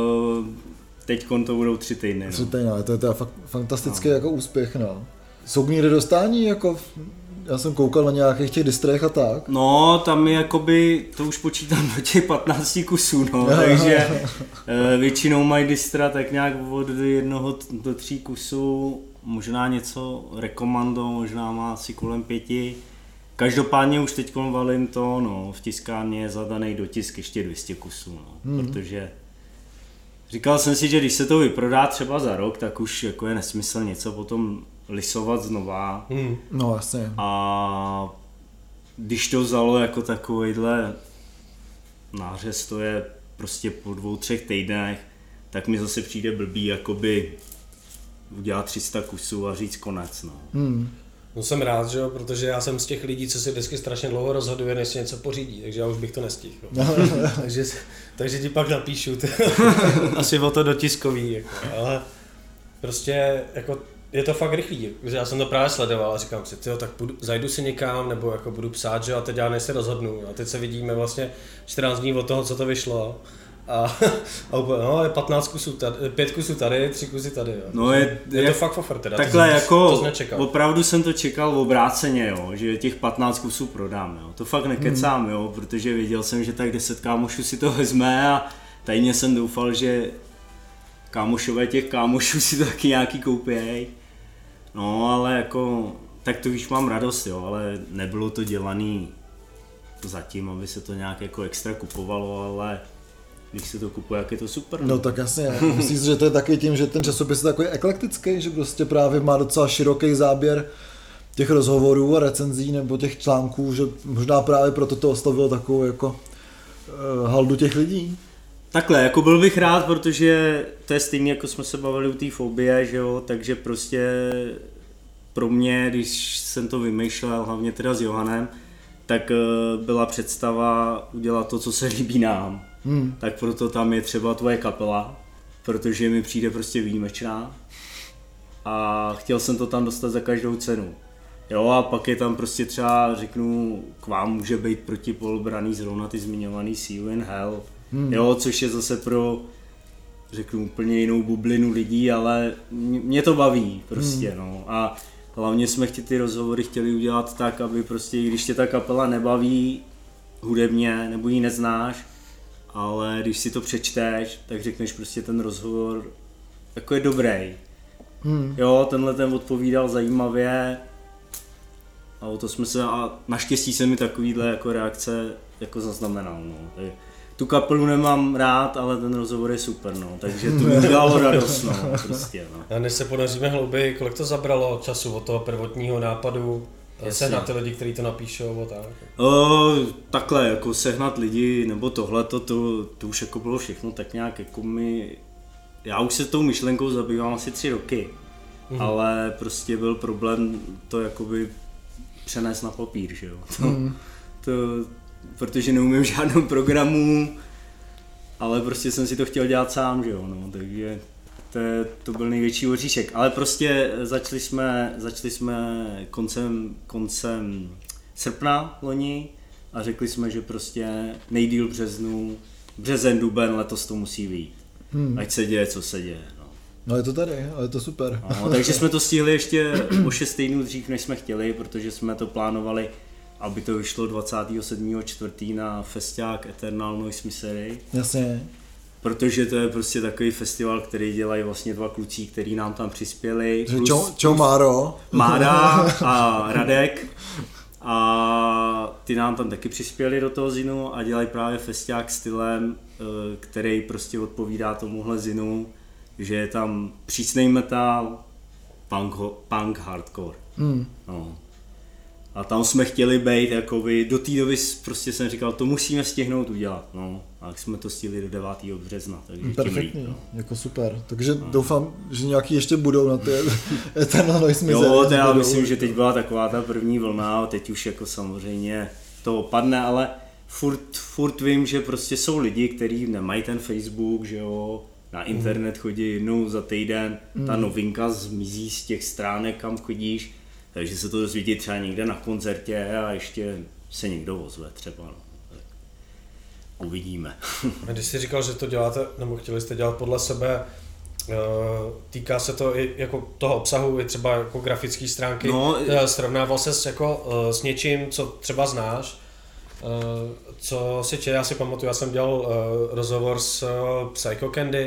Teďkon to budou 3 týdny, no. 3 týdny, to je teda fakt fantastický jako úspěch, no. Jsou někde dostání, jako... Já jsem koukal na nějakých těch distrech a tak. No, tam je jakoby, to už počítám do těch 15 kusů, no, takže většinou mají distra tak nějak od 1 do 3 kusů, možná něco rekomando, možná má asi kolem 5. Každopádně už teď valím to, no, v tiskárně je zadaný dotisk ještě 200 kusů, no, protože říkal jsem si, že když se to vyprodá třeba za rok, tak už jako je nesmysl něco potom lisovat znova. No vlastně. A když to vzalo jako takovejhle nářez, to je prostě po 2-3 týdnech, tak mi zase přijde blbý jakoby udělat 300 kusů a říct konec, no. No jsem rád, že jo, protože já jsem z těch lidí, co si vždycky strašně dlouho rozhoduje, než si něco pořídí, takže já už bych to nestihl. No. takže ti pak napíšu, asi o to dotiskový, jako, ale prostě jako je to fakt rychlý, že já jsem to právě sledoval a říkám si, tyjo, tak zajdu si někam, nebo jako budu psát, že a teď já než se rozhodnu. A teď se vidíme vlastně 14 dní od toho, co to vyšlo. A úplně, no, je 15 kusů tady, 5 kusů tady, 3 kusy tady. Jo. No je to fakt offer teda. Takhle to jako, opravdu jsem to čekal obráceně, jo, že těch 15 kusů prodám. Jo. To fakt nekecám, jo, protože věděl jsem, že tak 10 kámošů si to vezme a tajně jsem doufal, že kámošové těch kámošů si to taky nějaký koupěj. No ale jako, tak to už mám radost, jo, ale nebylo to dělaný zatím, aby se to nějak jako extra kupovalo, ale když se to kupuje, jak je to super. No tak jasně, myslím si, že to je taky tím, že ten časopis je takový eklektický, že prostě právě má docela široký záběr těch rozhovorů a recenzí nebo těch článků, že možná právě proto to oslovilo takovou jako haldu těch lidí. Takhle, jako byl bych rád, protože to je stejně, jako jsme se bavili u té fobie, že jo, takže prostě pro mě, když jsem to vymýšlel, hlavně teda s Johanem, tak byla představa udělat to, co se líbí nám. Tak proto tam je třeba tvoje kapela, protože mi přijde prostě výjimečná a chtěl jsem to tam dostat za každou cenu. Jo, a pak je tam prostě třeba, řeknu, k vám může být protipolobraný zrovna ty zmiňovaný See You in Hell. Jo, což je zase pro, řeknu, úplně jinou bublinu lidí, ale mě to baví prostě, no. A hlavně jsme ty rozhovory chtěli udělat tak, aby prostě, když tě ta kapela nebaví hudebně, nebo ji neznáš, ale když si to přečteš, tak řekneš prostě ten rozhovor jako je dobrý. Jo, tenhle ten odpovídal zajímavě a o to jsme se, a naštěstí se mi takovýhle jako reakce jako zaznamenal, no. Tu kapelu nemám rád, ale ten rozhovor je super, no, takže to mi dalo radost, no, prostě, no. A než se podaříme hlouběji, kolik to zabralo času od toho prvotního nápadu sehnat ty lidi, kteří to napíšou a tak? Takhle, jako sehnat lidi, nebo tohleto, to už jako bylo všechno tak nějak, jako já už se tou myšlenkou zabývám asi 3 roky, ale prostě byl problém to jakoby přenést na papír, že jo, protože neumím žádnou programu, ale prostě jsem si to chtěl dělat sám, že jo, no, takže to byl největší oříšek, ale prostě začali jsme koncem srpna loni a řekli jsme, že prostě nejdýl březen, duben, letos to musí vyjít, ať se děje, co se děje, no. No je to tady, ale je to super. No, takže jsme to stihli ještě o 6 týdnů dřív, než jsme chtěli, protože jsme to plánovali, aby to vyšlo 27.4. na festiák Eternal Noise Misery. Jasně. Protože to je prostě takový festival, který dělají vlastně 2 kluci, který nám tam přispěli. Čau Máro. Mára a Radek. A ty nám tam taky přispěli do toho zinu a dělají právě festiák stylem, který prostě odpovídá tomuhle zinu, že je tam přísnej metal, punk hardcore. No. A tam jsme chtěli být, jakoby, do té doby prostě jsem říkal, to musíme stihnout udělat, no. A tak jsme to stihli do 9. března, takže perfektní, no. Jako super. Takže doufám, že nějaký ještě budou na ty Eternal Noise Misery. Jo, to já myslím, že teď byla taková ta první vlna a teď už jako samozřejmě to opadne, ale furt vím, že prostě jsou lidi, kteří nemají ten Facebook, že jo, na internet chodí jednou za týden, ta novinka zmizí z těch stránek, kam chodíš, takže se to dozvědí třeba někde na koncertě a ještě se někdo ozve třeba, no. Uvidíme. A když jsi říkal, že to děláte, nebo chtěli jste dělat podle sebe, týká se to i jako toho obsahu, i třeba jako grafické stránky, no, srovnával ses jako s něčím, co třeba znáš, co si četl, já si pamatuju, já jsem dělal rozhovor s Psycho Candy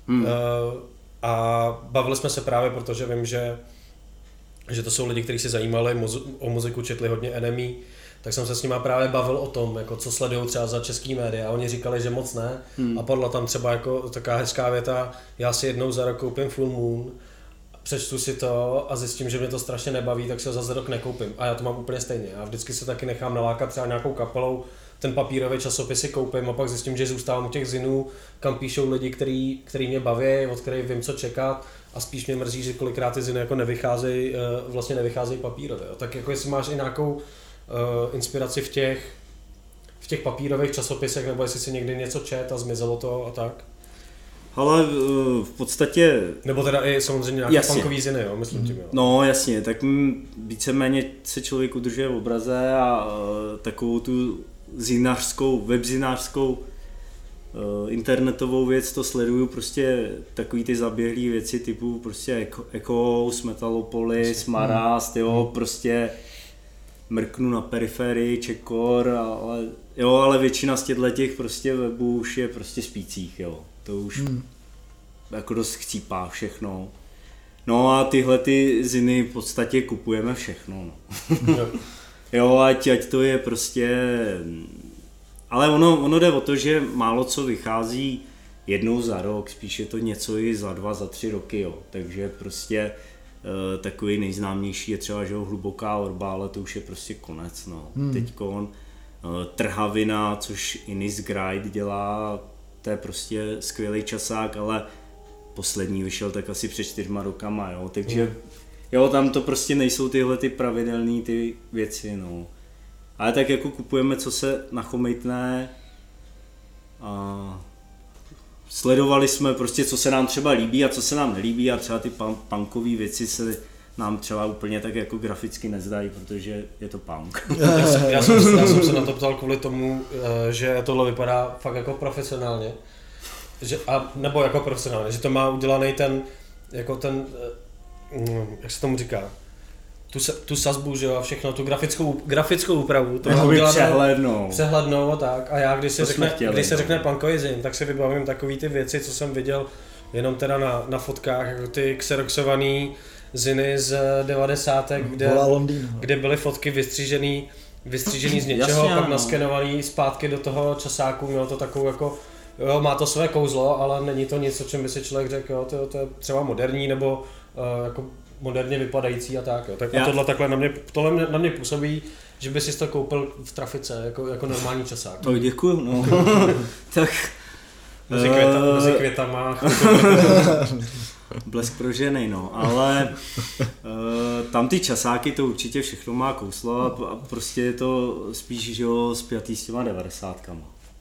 a bavili jsme se právě, protože vím, že to jsou lidi, kteří se zajímali o muziku, četli hodně Enemy, tak jsem se s nima právě bavil o tom, jako co sledují třeba za český média a oni říkali, že moc ne a padla tam třeba jako taková hezká věta, já si jednou za rok koupím Full Moon, přečtu si to a zjistím, že mě to strašně nebaví, tak si ho za rok nekoupím a já to mám úplně stejně. Já vždycky se taky nechám nalákat třeba nějakou kapelou, ten papírový časopis si koupím a pak zjistím, že zůstávám u těch zinů, kam píšou lidi, který mě baví, od kterých vím, co čekat a spíš mě mrzí, že kolikrát ty ziny jako nevycházejí papírově. Tak jako jestli máš i nějakou inspiraci v těch papírových časopisech, nebo jestli si někdy něco čet a zmizelo to a tak? Ale v podstatě... Nebo teda i samozřejmě nějaké punkový ziny, jo, myslím tím, jo. No jasně, tak víceméně se člověk udržuje v obraze a takovou tu webzinářskou internetovou věc to sleduju, prostě takový ty zaběhlý věci typu prostě Echoes, Metalopolis, Marast, jo, prostě mrknu na periferii, Checkcore, ale většina z těch prostě webů už je prostě spících, jo, to už jako dost chcípá všechno. No a tyhle ty ziny v podstatě kupujeme všechno, no. Jo, ať to je prostě... Ale ono jde o to, že málo co vychází jednou za rok, spíš je to něco i za 2, za 3 roky, jo. Takže prostě takový nejznámější je třeba, že Hluboká orba, ale to už je prostě konec, no. Teďkon Trhavina, což Inis Gride dělá, to je prostě skvělý časák, ale poslední vyšel tak asi před 4 rokama, jo. Takže jo, tam to prostě nejsou tyhle ty pravidelné ty věci, no. Ale tak jako kupujeme, co se nachomejtne a sledovali jsme prostě, co se nám třeba líbí a co se nám nelíbí a třeba ty punkové věci se nám třeba úplně tak jako graficky nezdají, protože je to punk. Já jsem se na to ptal kvůli tomu, že tohle vypadá fakt jako profesionálně. Nebo jako profesionálně, že to má udělaný ten, jak se tomu říká, tu sazbu, že jo, a všechno, tu grafickou úpravu, to má udělanou přehlednou a tak. A já, když se řekne punkový zin, tak si vybavím takový ty věci, co jsem viděl jenom teda na fotkách, jako ty xeroxovaný ziny z 90. kde byly fotky vystřížený z něčeho, jasně, pak naskenovaný zpátky do toho časáku, mělo to takovou jako, jo, má to své kouzlo, ale není to nic, o čem by si člověk řekl, jo, to je třeba moderní nebo jako moderně vypadající a tak, jo. Tak a tohle na mě působí, že by si to koupil v trafice, jako normální časák. To děkuju, no. Tak... Mezi květama. Blesk pro ženy, no, ale tam ty časáky to určitě všechno má kouslo a prostě je to spíš, že jo, spjatý s těma 90kama.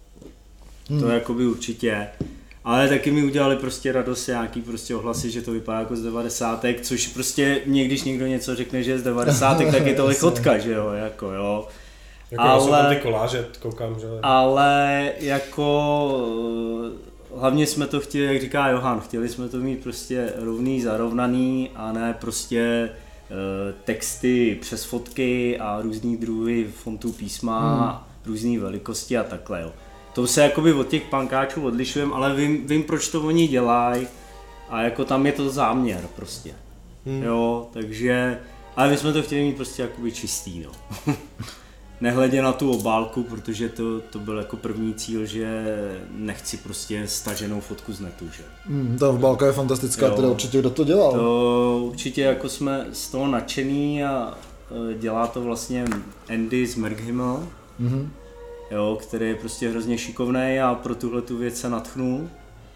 To jakoby určitě. Ale taky mi udělali prostě radost nějaký prostě ohlasy, že to vypadá jako z 90, což prostě když někdo něco řekne, že je z 90, tak je to lichotka, že jo, jako jo. Jako ale, jsou ty koláže, koukám, že... Ale jako hlavně jsme to chtěli, jak říká Johan, chtěli jsme to mít prostě rovný, zarovnaný a ne prostě texty přes fotky a různý druhy fontů písma, různý velikosti a takhle, jo. To se jakoby od těch punkáčů odlišujeme, ale vím, proč to oni dělají a jako tam je to záměr prostě, jo, takže, ale my jsme to chtěli mít prostě jakoby čistý, no. Nehledě na tu obálku, protože to byl jako první cíl, že nechci prostě staženou fotku z netu, že. Ta obálka je fantastická, teda určitě kdo to dělal? To určitě jako jsme z toho nadšený a dělá to vlastně Andy z Merkhimmel. Jo, který je prostě hrozně šikovnej a pro tuhle tu věc se nadchnul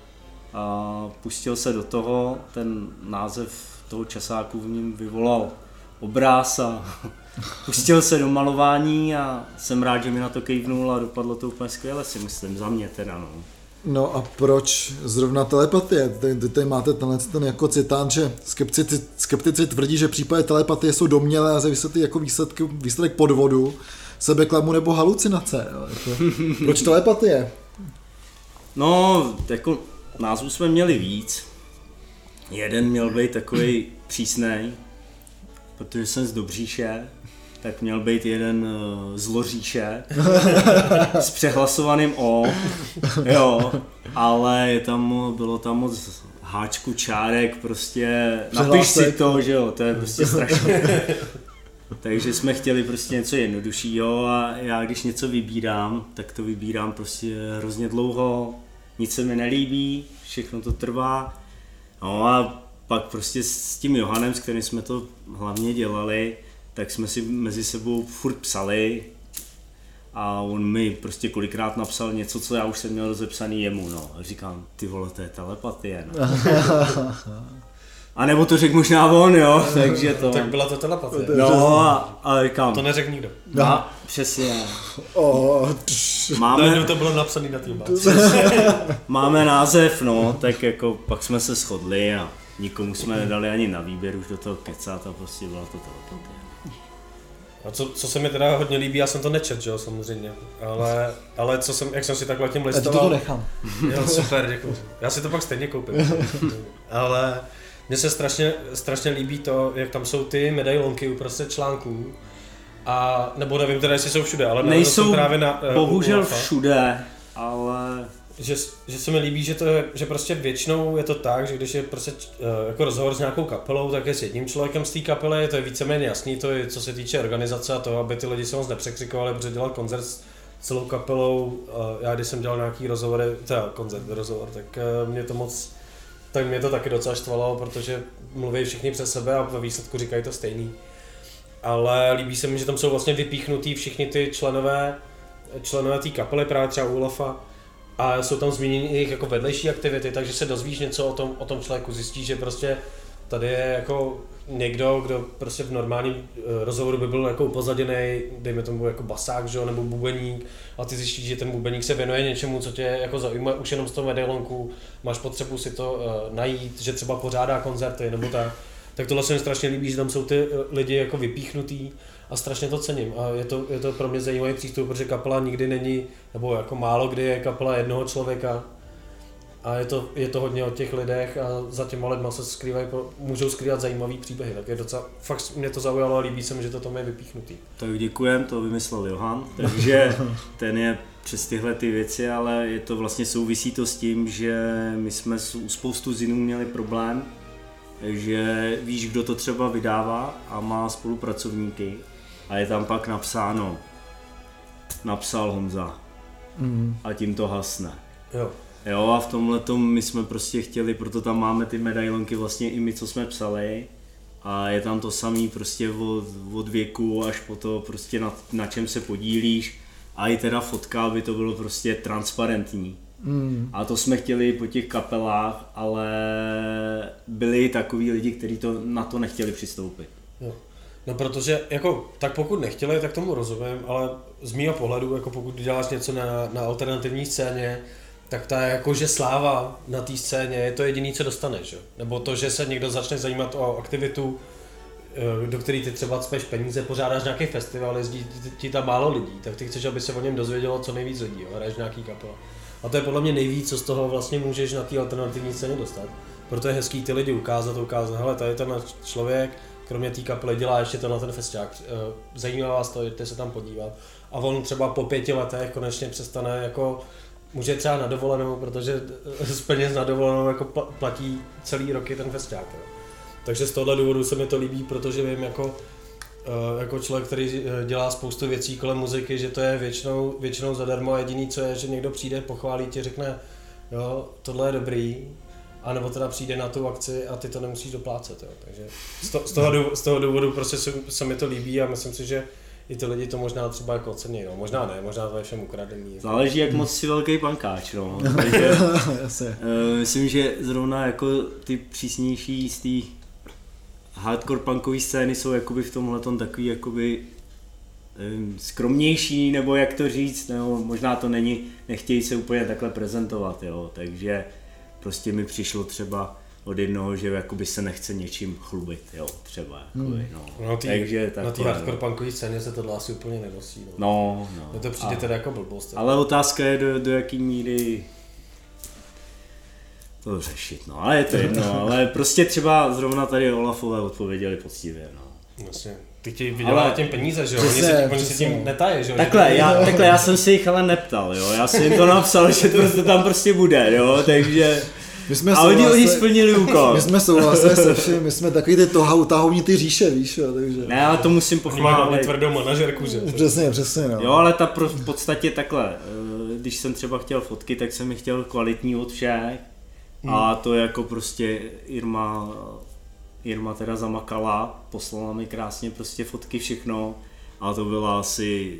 a pustil se do toho, ten název toho časáku v něm vyvolal obráz a pustil se do malování a jsem rád, že mi na to kejvnul a dopadlo to úplně skvěle, si myslím, za mě teda, no. No a proč zrovna telepatie? Tady máte ten jako citát, že skeptici tvrdí, že případy telepatie jsou domnělé a vysvětlí jako výsledek podvodu, sebeklamu nebo halucinace. Proč telepatie? No, jako názvů jsme měli víc. Jeden měl být takový přísnej, protože jsem z Dobříše, tak měl být jeden z Loříše s přehlasovaným O, jo, ale bylo tam moc háčku, čárek, prostě napiš si to, že jo, to je prostě strašné. Takže jsme chtěli prostě něco jednoduššího a já když něco vybírám, tak to vybírám prostě hrozně dlouho, nic se mi nelíbí, všechno to trvá. No a pak prostě s tím Johanem, s kterým jsme to hlavně dělali, tak jsme si mezi sebou furt psali a on mi prostě kolikrát napsal něco, co já už jsem měl rozepsaný jemu, no. A říkám, ty vole, to je telepatie, no. A nebo to řekl možná on, jo, takže to... Tak byla to telepatie. No, a říkám. To neřekl nikdo. No, přesně. Máme... to bylo napsané na tým. Máme název, no, tak jako pak jsme se shodli a nikomu jsme nedali ani na výběr už do toho kecat a prostě byla to telepatie. A co se mi teda hodně líbí, já jsem to nečet, že jo, samozřejmě, ale jak jsem si takhle tím listoval... Já to nechám. Jo, super, děkuji. Já si to pak stejně koupím. Ale mně se strašně líbí to, jak tam jsou ty medailonky uprostřed článků. A nebo nevím teda, jestli jsou všude, ale nejsou právě na bohužel všude, ale... Že se mi líbí, že prostě většinou je to tak, že když je prostě jako rozhovor s nějakou kapelou, tak je s jedním člověkem z té kapely, to je víceméně jasný, to je co se týče organizace a toho, aby ty lidi se moc nepřekřikovali, protože dělat koncert s celou kapelou, já když jsem dělal nějaký rozhovor, tak mě to taky docela štvalo, protože mluví všichni přes sebe a ve výsledku říkají to stejný. Ale líbí se mi, že tam jsou vlastně vypíchnutý všichni ty členové té kapely, právě třeba u Olafa. A jsou tam zmíněny i jejich jako vedlejší aktivity, takže se dozvíš něco o tom člověku, zjistíš, že prostě tady je jako někdo, kdo prostě v normálním rozhovoru by byl jako upozaděný, dejme tomu jako basák, že? Nebo bubeník, a ty zjistíš, že ten bubeník se věnuje něčemu, co tě jako zajímá už jenom z toho medailonku, máš potřebu si to najít, že třeba pořádá koncerty nebo tak tohle se mi strašně líbí, že tam jsou ty lidi jako vypíchnutý a strašně to cením a je to pro mě zajímavý přístup, protože kapela nikdy není, nebo jako málo kdy je kapela jednoho člověka a je to hodně o těch lidech a za těma lidma se můžou skrývat zajímavý příběhy, tak je docela, fakt mě to zaujalo a líbí se mi, že to tam je vypíchnutý. Tak děkujem, to vymyslel Johan, takže ten je přes tyhle ty věci, ale je to vlastně souvisí to s tím, že my jsme u spoustu zinů měli problém, že víš, kdo to třeba vydává a má spolupracovníky a je tam pak napsal Honza a tím to hasne. Jo, a v tomhletom my jsme prostě chtěli, proto tam máme ty medailonky vlastně i my, co jsme psali a je tam to samý prostě od věku až po to prostě na čem se podílíš a i teda fotka, aby to bylo prostě transparentní. A to jsme chtěli po těch kapelách, ale byli takový lidi, kteří na to nechtěli přistoupit. Jo. No protože jako, tak pokud nechtěli, tak tomu rozumím, ale z mýho pohledu, jako pokud děláš něco na alternativní scéně, tak ta jakože sláva na té scéně je to jediné, co dostaneš, jo? Nebo to, že se někdo začne zajímat o aktivitu, do který ty třeba cpeš peníze, pořádáš nějaký festival, jezdí ti tam málo lidí, tak ty chceš, aby se o něm dozvědělo co nejvíc lidí, jo? Hraješ nějaký kapela. A to je podle mě nejvíc, co z toho vlastně můžeš na té alternativní scéně dostat. Proto je hezký ty lidi ukázat, hele, tady ten člověk, kromě té kapely dělá ještě to na ten festiák, zajímá vás to, jděte se tam podívat. A on třeba po 5 letech konečně přestane jako, může třeba na dovolenou, protože z peněz na dovolenou jako platí celý roky ten festiák. Jo. Takže z tohohle důvodu se mi to líbí, protože vím jako člověk, který dělá spoustu věcí kolem muziky, že to je většinou zadarmo a jediný, co je, že někdo přijde, pochválí tě, řekne, jo, tohle je dobrý, anebo teda přijde na tu akci a ty to nemusíš doplácet, jo. Takže z toho důvodu prostě se mi to líbí a myslím si, že i ty lidi to možná třeba jako ocení, no. Možná ne, možná to je všem ukradený. Záleží, jak moc si velký pankáč, no. Takže, myslím, že zrovna jako ty přísnější z té hardcore punkové scény jsou jakoby v tomhletom takový jakoby skromnější, nebo jak to říct, nebo možná to není, nechtějí se úplně takhle prezentovat, jo, takže prostě mi přišlo třeba od jednoho, že jakoby se nechce něčím chlubit, jo, třeba, jakoby, no. Takže na té hardcore punkové scéně se tohle asi úplně nenosí, no. No. To přijde teda jako blbost. Ale otázka je, do jaký míry to řešit, no, ale je to jedno, ale prostě třeba zrovna tady Olafové odpověděli poctivě, no. Vlastně. Ty chtějí vydělat těm peníze, že jo? Oni si tím netají, že jo? Takhle, já jsem si jich ale neptal, jo? Já jsem jim to napsal, že to tam prostě bude, jo? Takže... A oni splnili úkol. My jsme souhlasili se vším, my jsme takový ty tahovní ty říše, víš jo, takže... Ne, ale to musím pochválit. Máme tvrdou manažerku, že? Přesně, no. Jo, ale ta v podstatě takhle, když jsem třeba chtěl fotky, tak jsem jich chtěl kvalitní od všech. A to jako prostě Irma teda zamakala, poslala mi krásně prostě fotky, všechno. A to bylo asi...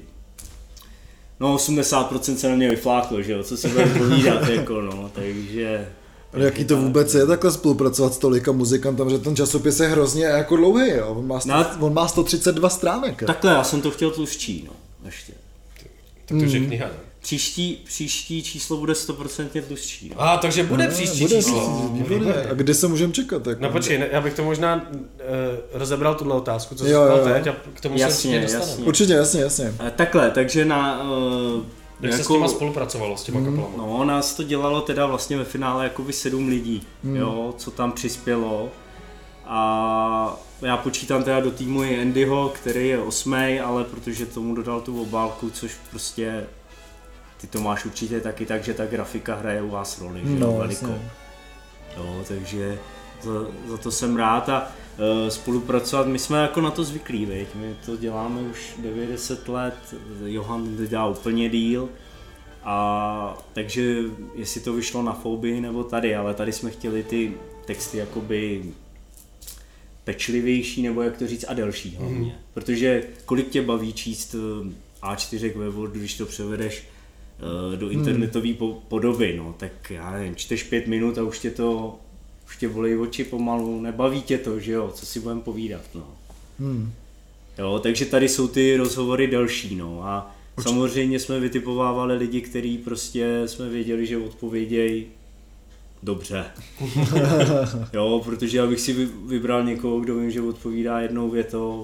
No 80% se na mě vyfláklo, že jo, co si bude povídat, jako no, takže... Ale jaký to vůbec je takhle spolupracovat s tolika muzikantama, že ten časopis je hrozně jako dlouhý, jo? On má 132 stránek. Takhle, já jsem to chtěl tlustší, no, ještě. Tak to je kniha, ne? Příští číslo bude 100% tlustší. No. Takže bude příští číslo. A kdy se můžeme čekat? Jako? No počkej, já bych to možná rozebral tuhle otázku, co jsi říkal teď a k tomu se dostaneme. Určitě, jasně. Takhle, takže jak se s těma spolupracovalo, s těma kapelama? No, nás to dělalo teda vlastně ve finále jakoby 7 lidí, jo, co tam přispělo. A já počítám teda do týmu i Andyho, který je 8, ale protože tomu dodal tu obálku, což prostě ty to máš určitě taky tak, že ta grafika hraje u vás roli, že jo, velikou. Jo, takže za to jsem rád a spolupracovat, my jsme jako na to zvyklí, veď? My to děláme už 90 let, Johan to dělá úplně díl, a takže jestli to vyšlo na Fobii nebo tady, ale tady jsme chtěli ty texty jakoby pečlivější, nebo jak to říct, a delší hlavně, protože kolik tě baví číst A4 ve Wordu, když to převedeš do internetové podoby, no, tak já nevím, čteš 5 minut a už tě bolí oči pomalu, nebaví tě to, že jo, co si budeme povídat, no. Jo, takže tady jsou ty rozhovory delší, no, a samozřejmě jsme vytipovávali lidi, kteří prostě jsme věděli, že odpovědějí dobře. Jo, protože já bych si vybral někoho, kdo vím, že odpovídá jednou větou.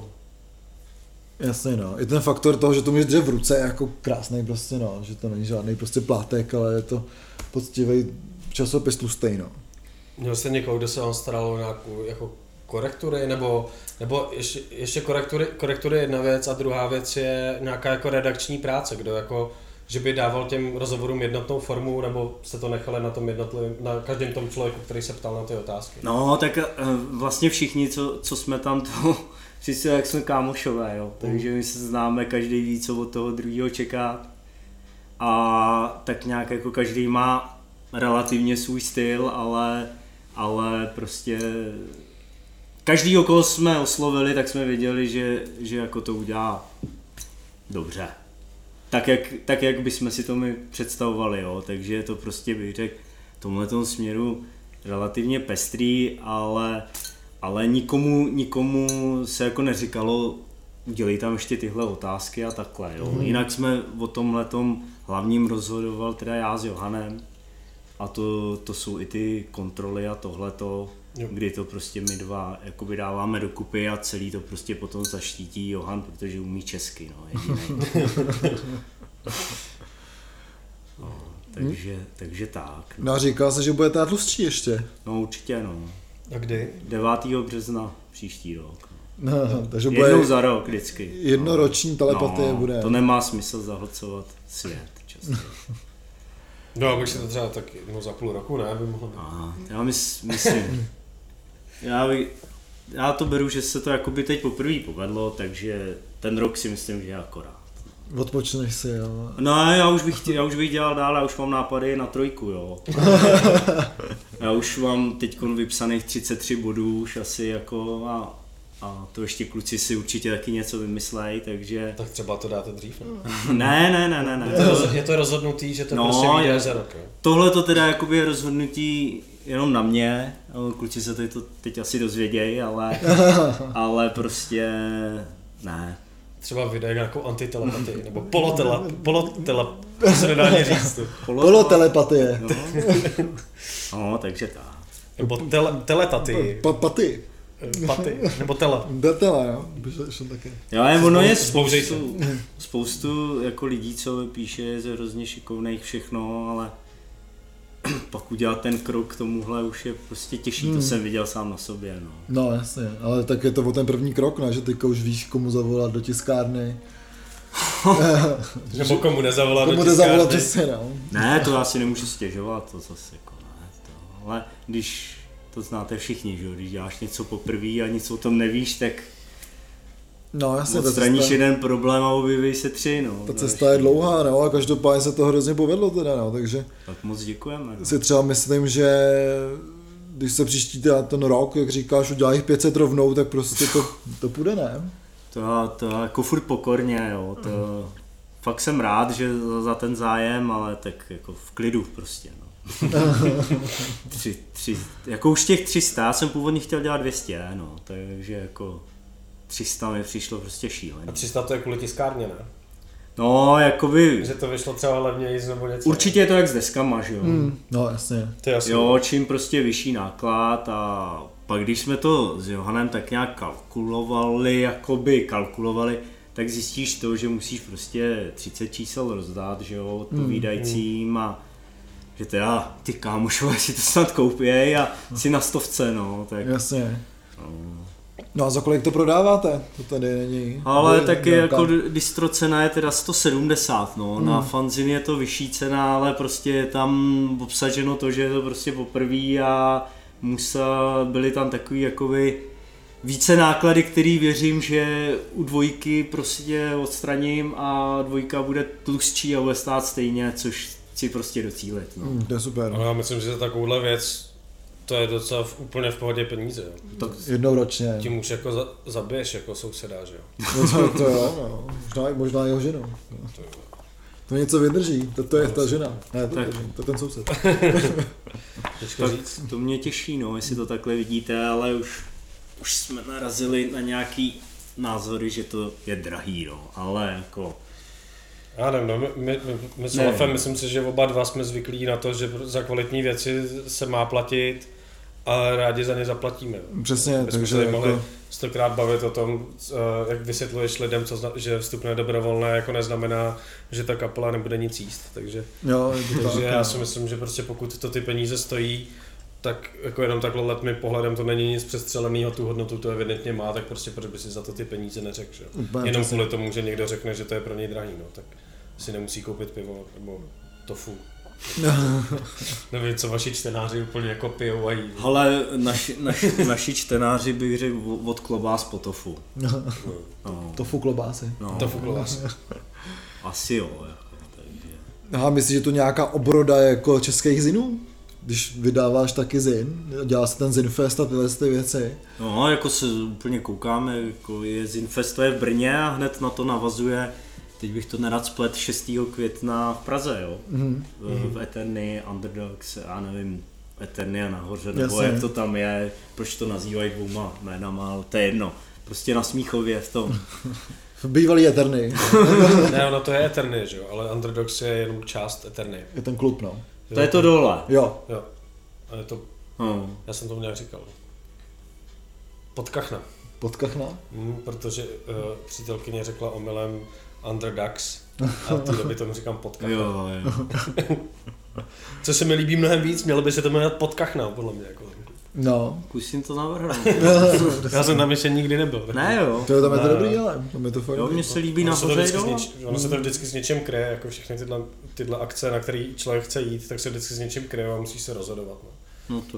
Jasně, no. I ten faktor toho, že to můžeš držet v ruce, je jako krásný prostě, no. Že to není žádný prostě plátek, ale je to poctivý časopis tlustej, no. Měl jste někoho, kdo se vám staral o nějakou jako korektury, nebo ještě korektury je jedna věc a druhá věc je nějaká jako redakční práce, kdo jako, že by dával těm rozhovorům jednotnou formu, nebo se to nechali na tom na každém tom člověku, který se ptal na ty otázky? No, tak vlastně všichni, co jsme tam, to přijde, jak jsme kámošové, jo, takže my se známe, každý ví, co od toho druhého čeká a tak nějak jako každý má relativně svůj styl, ale prostě každýho, koho jsme oslovili, tak jsme věděli, že jako to udělá dobře. Tak jak bychom si to my představovali, jo, takže to prostě bych řekl v tomhletom směru relativně pestrý, ale nikomu se jako neříkalo, udělej tam ještě tyhle otázky a takhle, jo. Jinak jsme o tomhletom hlavním rozhodoval teda já s Johanem a to jsou i ty kontroly a tohleto, kdy to prostě my dva jakoby dáváme dokupy a celý to prostě potom zaštítí Johan, protože umí česky, no, jedinej. No, takže tak. No a říkal se, že bude tát tlustší ještě. No určitě, no. A kdy? 9. března příští rok. No, takže bude jednou za rok vždycky. Jednoroční telepatie bude. To nemá smysl zahlcovat svět často. No, abych si to třeba tak za půl roku, ne, by mohlo být. Já myslím, já to beru, že se to jakoby teď poprvé povedlo, takže ten rok si myslím, že je akorát. Odpočneš si, jo. No, já už bych dělal dál, já už mám nápady na 3, jo. Já už mám teď vypsaných 33 bodů už asi jako a to ještě kluci si určitě taky něco vymyslejí, takže... Tak třeba to dáte dřív, ne? Ne. Je to rozhodnutý, že to prostě vyjde za rok, jo? Tohle to teda jakoby je rozhodnutí jenom na mě, kluci se to teď asi dozvědějí, ale prostě ne. Třeba vydej nějakou antitelepatii, nebo to se nedá ani říct. Polotelepatie. No, takže tak. Nebo teletatii. Paty, nebo tele. Tele, jo. Taky. Jo, ono je spoustu jako lidí, co píše, je hrozně šikovných všechno, ale pak udělat ten krok k tomuhle už je prostě těžší, to jsem viděl sám na sobě, no. No jasně, ale tak je to o ten první krok, ne? Že teďka už víš, komu zavolat do tiskárny. Nebo komu nezavolat do tiskárny. Přesně, no. Ne, to já si nemůžu stěžovat, to zase jako ne, to, ale když to znáte všichni, že? Když děláš něco poprvé a nic o tom nevíš, tak no, jasně, odstraníš jeden problém a objeví se 3, no. Ta cesta je dlouhá, no, a každopádně se to hrozně povedlo teda, no, takže... Tak moc děkujeme. No. Si třeba myslím, že když se příští ten rok, jak říkáš, uděláš 500 rovnou, tak prostě to půjde, ne? To jako furt pokorně, jo, to fakt jsem rád, že za ten zájem, ale tak jako v klidu prostě, no. Jako už těch 300, já jsem původně chtěl dělat 200, no, takže jako 300 mi přišlo prostě šíleně. A 300 to je kvůli tiskárně, ne? No, jakoby... Že to vyšlo třeba levněji nebo něco. Určitě je to jak s deskama, že jo? No, jasně. To je jasný. Jo, čím prostě vyšší náklad a pak když jsme to s Johanem tak nějak kalkulovali, tak zjistíš to, že musíš prostě 30 čísel rozdát, že jo, odpovídajícím a že teda ty kámošové si to snad koupěj a si na 100, no, tak... Jasně. No a za kolik to prodáváte? To tady není... Ale taky jako distro cena je teda 170, no, na fanzin je to vyšší cena, ale prostě je tam obsaženo to, že je to prostě poprvé a byly tam takový jakoby více náklady, který věřím, že u dvojky prostě odstraním a dvojka bude tlustší a bude stát stejně, což si prostě docílit. No. To je super. No, já myslím, že za takovouhle věc to je docela úplně v pohodě peníze. Jo. Jednou ročně. Tím už jako zabiješ jako souseda, že jo. No to jo, no. Možná jeho ženu. To něco vydrží, to je ta žena. Ne, to je ten soused. Tak to mě těší, no, jestli to takhle vidíte, ale už jsme narazili na nějaký názory, že to je drahý, no, ale jako... Já nevím, no, my s Olafem, myslím si, že oba dva jsme zvyklí na to, že za kvalitní věci se má platit a rádi za ně zaplatíme. Přesně, my takže jsme se mohli jako... 100krát bavit o tom, jak vysvětluješ lidem, že vstupné dobrovolné jako neznamená, že ta kapela nebude nic jíst, takže já si myslím, že prostě pokud to ty peníze stojí, tak jako jenom takhle letmi pohledem to není nic přestřeleného, tu hodnotu to evidentně má, tak prostě proč by si za to ty peníze neřekl, že? Jenom kvůli tomu, že někdo řekne, že to je pro něj drahý, no, tak si nemusí koupit pivo nebo tofu. Nevím, co vaši čtenáři úplně jako pijou a jí. Ale naši čtenáři bych řekl od klobás po tofu. No. Tofu klobásy. No. Tofu klobásy. Asi jo. Takže. Aha, myslíš, že to nějaká obroda jako českých zinů? Když vydáváš taky zin, dělá se ten Zinfest a tyhle ty věci. No, jako se úplně koukáme, jako je Zinfest, to je v Brně a hned na to navazuje, teď bych to nerad splet, 6. května v Praze, jo. V Eterny, Underdogs, já nevím, Eterny a nahoře, nebo jak to tam je, proč to nazývají dvouma jménama, ale to je jedno. Prostě na Smíchově v tom. V bývalý Eterny. Ne, ono to je Eterny, že jo, ale Underdogs je jenom část Eterny. Je ten klub, no. To je to dole. Jo. A je to, já jsem to nějak říkal. Podkachna. Podkachna? Protože přítelkyně řekla omylem Underdogs a v té době tomu říkám Podkachna. Jo. Co se mi líbí mnohem víc, mělo by se to jmenovat Podkachna, podle mě. Jako. No. Kusím to navrhnout. Já jsem tam ještě nikdy nebyl. Ne jo. To je tam je to dobrý, ale tam je to fakt. Jo, mně se líbí nahoře dole. Ono se to vždycky s něčím kryje, jako všechny tyhle akce, na který člověk chce jít, tak se vždycky s něčím kryje a musí se rozhodovat. No to.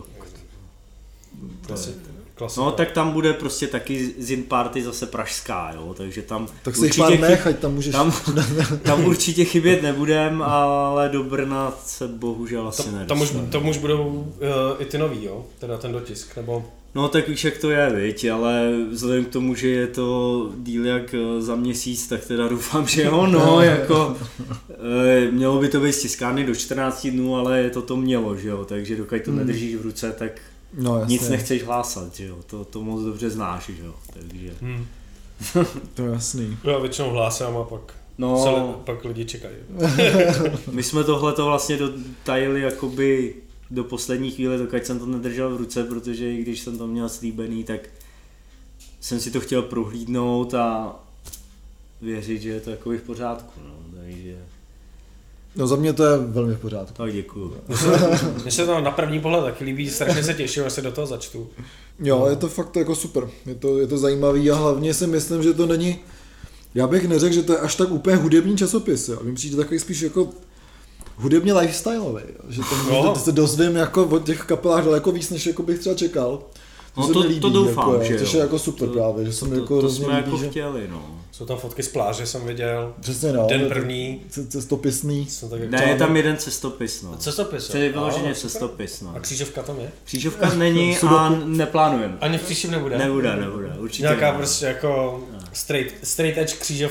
Klasika. No tak tam bude prostě taky Zin Party zase pražská, jo, takže tam tak si jich pár nech, ať tam můžeš... Tam určitě chybět nebudem, ale do Brna se bohužel asi nedostane. Tam už budou i ty nový, jo, teda ten dotisk, nebo... No tak víš, jak to je, viď, ale vzhledem k tomu, že je to díl jak za měsíc, tak teda doufám, že jo, no, jako mělo by to být z tiskárny do 14 dnů, ale to mělo, že jo, takže dokud to nedržíš v ruce, tak nic nechceš hlásat, že jo, to moc dobře znáš, že jo, takže... To je jasný. Já většinou hlásám a pak lidi čekají. My jsme tohleto vlastně dotajili jakoby do poslední chvíle, dokud jsem to nedržel v ruce, protože i když jsem to měl slíbený, tak jsem si to chtěl prohlídnout a věřit, že je to jako v pořádku, no, takže... No za mě to je velmi v pořádku. Tak děkuju. Mně se to na první pohled taky líbí, strašně se těším, až se do toho začtu. Jo, je to fakt jako super, je to zajímavý a hlavně si myslím, že to není, já bych neřekl, že to je až tak úplně hudební časopis, jo. Mně přijde takový spíš jako hudebně lifestyleový, že to se dozvím jako od těch kapelách daleko víc, než jako bych třeba čekal. No to doufám, jako, že jo. Což je jako super právě, že jsem jako to jsme jako chtěli, no. Jsou tam fotky z pláže, jsem viděl. Přesně, no. Den první. Cestopisný. Ne, je tam jeden cestopis, no. Cestopis, jo. Je vyloženě cestopis, no. A křížovka tam je? Křížovka není a neplánujeme. Ani v příštím nebude? Nebude, určitě. Nějaká prostě jako straight edge křížovka.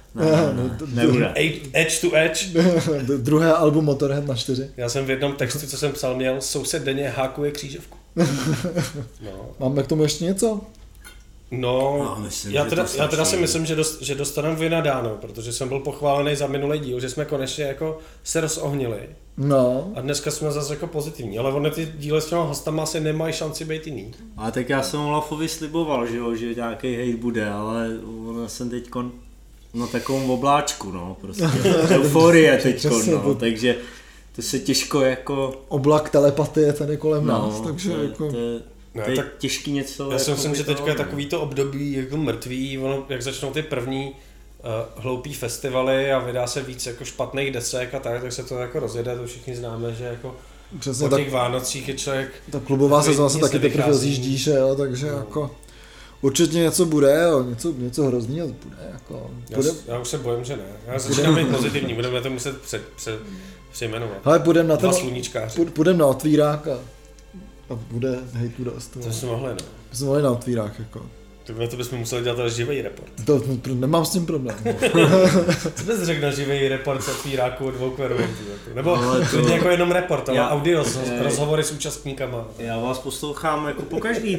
Nebude. Edge to Edge. Druhé album Motorhead na 4. Já jsem v jednom textu, co jsem psal, měl soused denně hákuje křížovku. No. Máme k tomu ještě něco? No, myslím, já teda si myslím, že dostaneme vynadáno, protože jsem byl pochválený za minulý díl, že jsme konečně jako se rozohnili. No. A dneska jsme zase jako pozitivní, ale oni ty díly s těma hostama asi nemají šanci být jiný. A tak já jsem Olafovi sliboval, že nějaký hejt bude, ale jsem teďkon na takovém obláčku, no, prostě euforie teďkon, no, takže to se těžko jako... Oblak telepatie tady kolem nás, takže jako... To je těžký něco... Já si myslím, že teďka je takový to období jako mrtvý, ono, jak začnou ty první hloupý festivaly a vydá se víc jako špatných desek a tak se to jako rozjede, to všichni známe, že jako přesně po těch Vánocích je člověk... Ta klubová sezóna se taky teprve rozjíždí, jo, takže jako... Určitě něco bude, jo, něco hroznýho bude, jako... Já už se bojím, že ne. Já začínám být pozitivní, budeme to muset přejmenovat. Hele, půjdem na otvírák a bude hejtu dost. To jsme mohli, no. Jsme mohli na otvírák, jako. To bychom museli dělat ale živý report. To nemám s tím problém. Co bys řekl na živý report z otvíráku od Dvou kvermentů? Nebo klidně jako jenom report, ale audio, rozhovory s účastníkama. Já vás poslouchám jako po každý,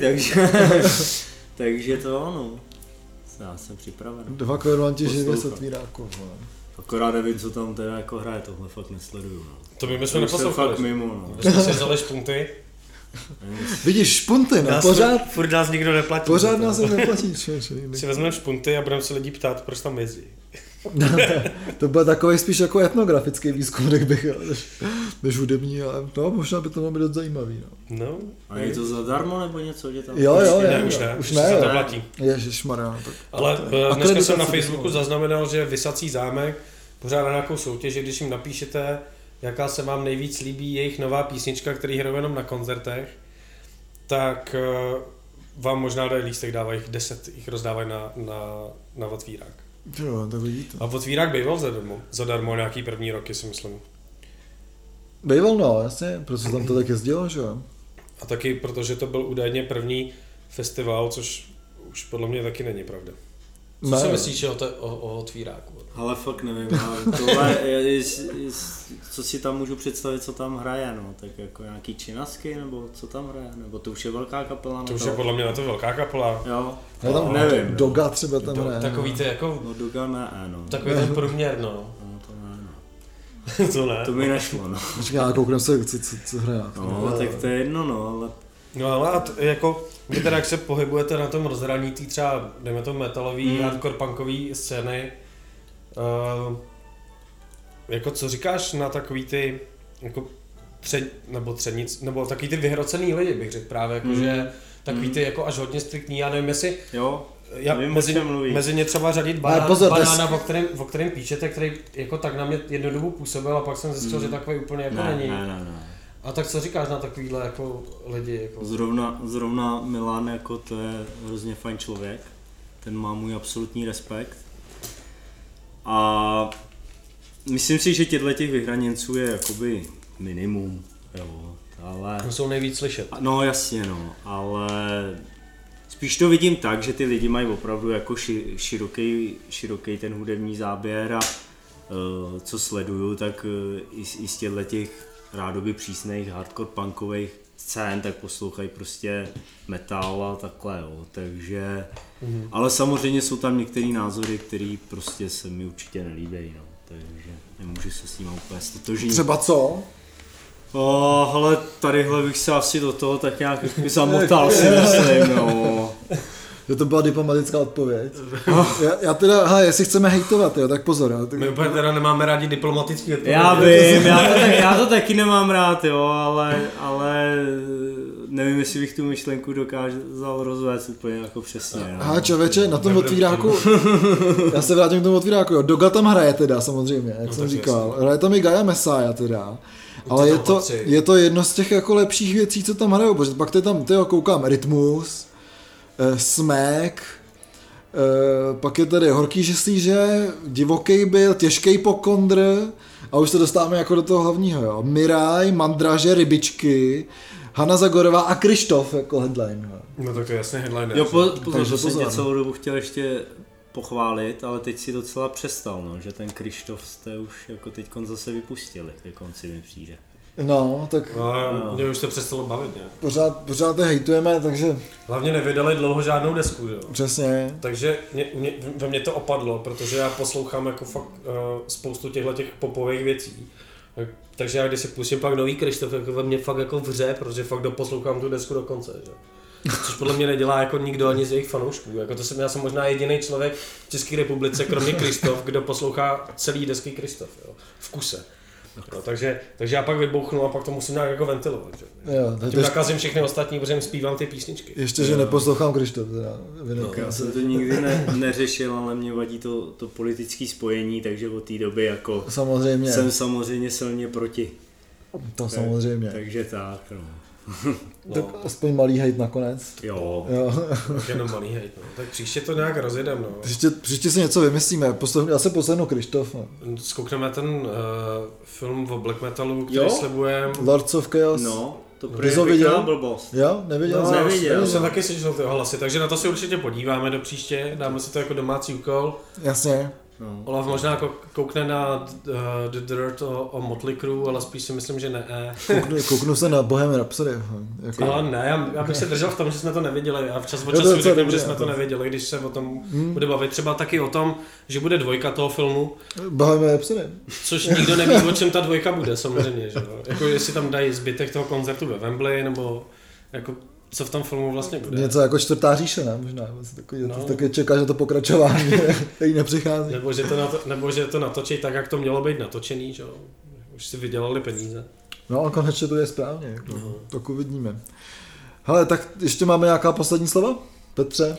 takže to ono. Já jsem připraven. Dva kvermenti živě z otvíráku. Akorát nevím, co tam teda jako hraje, tohle fakt nesleduju. No. To by jsme neposlouchali. Fakt mimo, no. Bychom si vzali špunty. Vidíš, špunty, no, pořád. Furt nás nikdo neplatí. Pořád nás neplatí. Si vezmeme špunty a budeme se lidi ptát, proč tam jezdí. To byl takový spíš jako etnografický výzkum, bych, než hudební, ale no, možná by to mohlo být dost zajímavý. No. A je to zadarmo nebo něco, že tam? Jo, už ne, to platí. Ježišmarja. Ale dneska jsem na Facebooku zaznamenal, že Visací zámek pořádá nějakou soutěž, když jim napíšete, jaká se vám nejvíc líbí jejich nová písnička, který hrajou jenom na koncertech, tak vám možná dají lístek, dávají 10, jich rozdávají na otvírák. Jo, tak vidíte. A otvírák býval zadarmo nějaký první roky, si myslím. Býval, no, jasně, protože tam to tak jezdilo, že jo. A taky protože to byl údajně první festival, což už podle mě taky není pravda. Co si myslíš o otvíráku? Ale fakt nevím, tohle co si tam můžu představit, co tam hraje, no, tak jako nějaký činasky, nebo co tam hraje, nebo to už je velká kapela? To už je podle mě na to velká kapela. Jo, tam nevím. Doga třeba tam hraje. Takový ty jako... No Doga ne, no. Takový ten průměr, no. No to ne, no. To ne. To mi nešlo, no. Počkej, já kouknem se, co hraje. No, tak to je jedno, no, ale... No ale jako, vy teda jak se pohybujete na tom rozhraní tý třeba, dejme to metalový, hardcore punkový scény, jako co říkáš na takový ty, jako nebo takový ty vyhrocený lidi, bych řekl právě, jako že takový ty jako až hodně striktní, já nevím jestli, jo, mezi ně třeba řadit banána, o kterém píšete, který jako tak na mě jednu dobu působil a pak jsem zjistil, že takový úplně jako není. Ne. A tak co říkáš na takovýhle jako lidi? Jako? Zrovna Milan, jako to je hrozně fajn člověk, ten má můj absolutní respekt. A myslím si, že těch vyhraněnců je jakoby minimum, jo, ale... No jsou nejvíc slyšet. No jasně, no, ale spíš to vidím tak, že ty lidi mají opravdu jako široký ten hudební záběr a co sleduju, tak i z těch rádoby přísných hardcore punkových scén, tak poslouchají prostě metal a takhle, jo, takže, ale samozřejmě jsou tam některé názory, které prostě se mi určitě nelíbí, no, takže nemůžu se s nimi úplně stotožnit. Třeba co? Ale tadyhle bych se asi do toho tak nějak zamotal, si myslím, no. Že to byla diplomatická odpověď. Já teda, jestli chceme hejtovat, jo, tak pozor. Jo, tak... My úplně teda nemáme rádi diplomatický odpověď. Já vím, já to taky nemám rád, jo, ale nevím, jestli bych tu myšlenku dokázal rozvést úplně jako přesně. Čověče, na tom otvíráku, já se vrátím k tomu otvíráku, jo, Doga tam hraje teda samozřejmě, jak jsem říkal. Hraje tam i Gaia Messiah teda. Ale je to jedno z těch jako lepších věcí, co tam hrajou, protože pak tam, koukám, Rytmus, Smek, pak je tady Horký žeslíže, Divoký byl, Těžký pokondr a už se dostáváme jako do toho hlavního, jo. Miraj, Mandraže, Rybičky, Hana Zagorová a Krištof jako headline. Jo. No tak to je jasně headline. Jo, pozor, jsem tě celou dobu chtěl ještě pochválit, ale teď si docela přestal, no, že ten Krištof jste už jako teďkon zase vypustili, ke konci mi přijde. No, tak Mě už to přestalo bavit, ne? pořád je hejtujeme, takže Hlavně nevydali dlouho žádnou desku, jo. přesně. Takže ve mně to opadlo, protože já poslouchám jako fakt spoustu těch popových věcí. Takže já když si pustím pak nový Krištof, jako ve mně fakt jako vře, protože fakt doposlouchám tu desku do konce, že? Což podle mě nedělá jako nikdo ani z jejich fanoušků. Jako já jsem možná jediný člověk v České republice, kromě Krištof, kdo poslouchá celý desky Krištof, jo, v kuse. No, takže já pak vybouchnu a pak to musím nějak jako ventilovat. Že? Jo, Tím nakazím všechny ostatní, protože jim zpívám ty písničky. Ještě, že neposlouchám Krištof. Já jsem to nikdy neřešil, ale mě vadí to politické spojení, takže od té doby jako samozřejmě. Jsem samozřejmě silně proti. To samozřejmě. Takže tak, no. Tak aspoň malý hejt nakonec. Jo. Tak jenom malý hejt, no. Tak příště to nějak rozjedem, no. Příště si něco vymyslíme, já se poslechnu Krištof. No. Zkoukneme ten film o black metalu, který slibujeme. Lords of Chaos. No, to viděl? blbost. Jo, neviděl? No, neviděl. Já jsem taky slyšel ty hlasy, takže na to si určitě podíváme do příště, dáme si to jako domácí úkol. Jasně. No. Olaf možná koukne na The Dirt o Motley Crue, ale spíš si myslím, že ne. Kouknu se na Bohemian Rhapsody. Jako... Ale ne, já bych se držel v tom, že jsme to neviděli a včas od času řekneme, že jsme to neviděli, když se o tom bude bavit. Třeba taky o tom, že bude dvojka toho filmu. Bohemian Rhapsody. Což nikdo neví, o čem ta dvojka bude samozřejmě. Že? Jako jestli tam dají zbytek toho koncertu ve Wembley, nebo jako co v tom filmu vlastně bude. Něco jako Čtvrtá říše, ne? Možná. Taky čekáš na to pokračování, který nepřichází. Nebo že to natočí tak, jak to mělo být natočený, že? Už si vydělali peníze. No a konečně to je správně, jako, tak uvidíme. Hele, tak ještě máme nějaká poslední slova? Petře?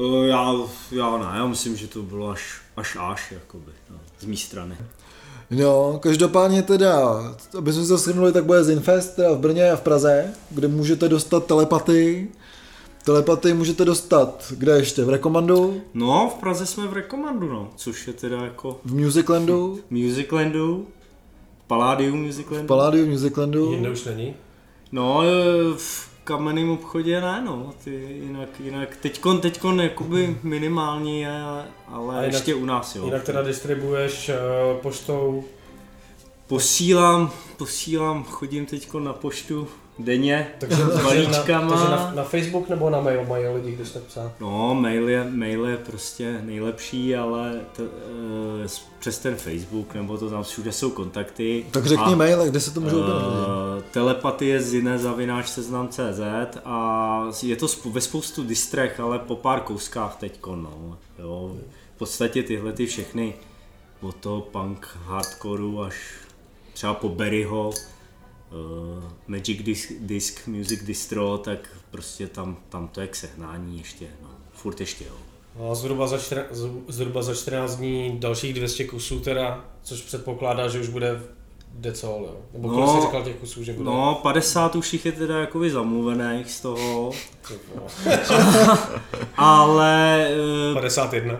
Já myslím, že to bylo až jakoby, no, z mý strany. No, každopádně teda, aby jsme se shrnuli, tak bude Zinfest teda v Brně a v Praze, kde můžete dostat telepatii. Telepatii můžete dostat, kde ještě? V Rekomandu? No, v Praze jsme v Rekomandu, no, což je teda jako... V Musiclandu? Musiclandu. Palladium Musiclandu. Palladium Musiclandu. Jinde už není? No, v kamenném obchodě ne, no, jinak teďkon jakoby minimální je, ale jinak, ještě u nás, jo. Jinak teda distribuuješ poštou? Posílám, chodím teďkon na poštu denně, takže s balíčkama. Takže na Facebook nebo na mail mají lidi, když tak psát? No, mail je prostě nejlepší, ale přes ten Facebook, nebo to tam všude jsou kontakty. Tak řekni mail, kde se to může objednat? Telepatie zine@seznam.cz a je to ve spoustu distrech, ale po pár kouskách teďko, no. Jo. V podstatě tyhle ty všechny, od toho punk, hardcoreu až třeba po Berryho, Magic Disc, Music Distro, tak prostě tam to je k sehnání ještě, no, furt ještě, jo. No, zhruba za 14 dní dalších 200 kusů teda, což předpokládá, že už bude decol, jo? Nebo kolik jsi říkal těch kusů, že bude? No, 50 už jich je teda jakoby zamluvených z toho. Ale... 51.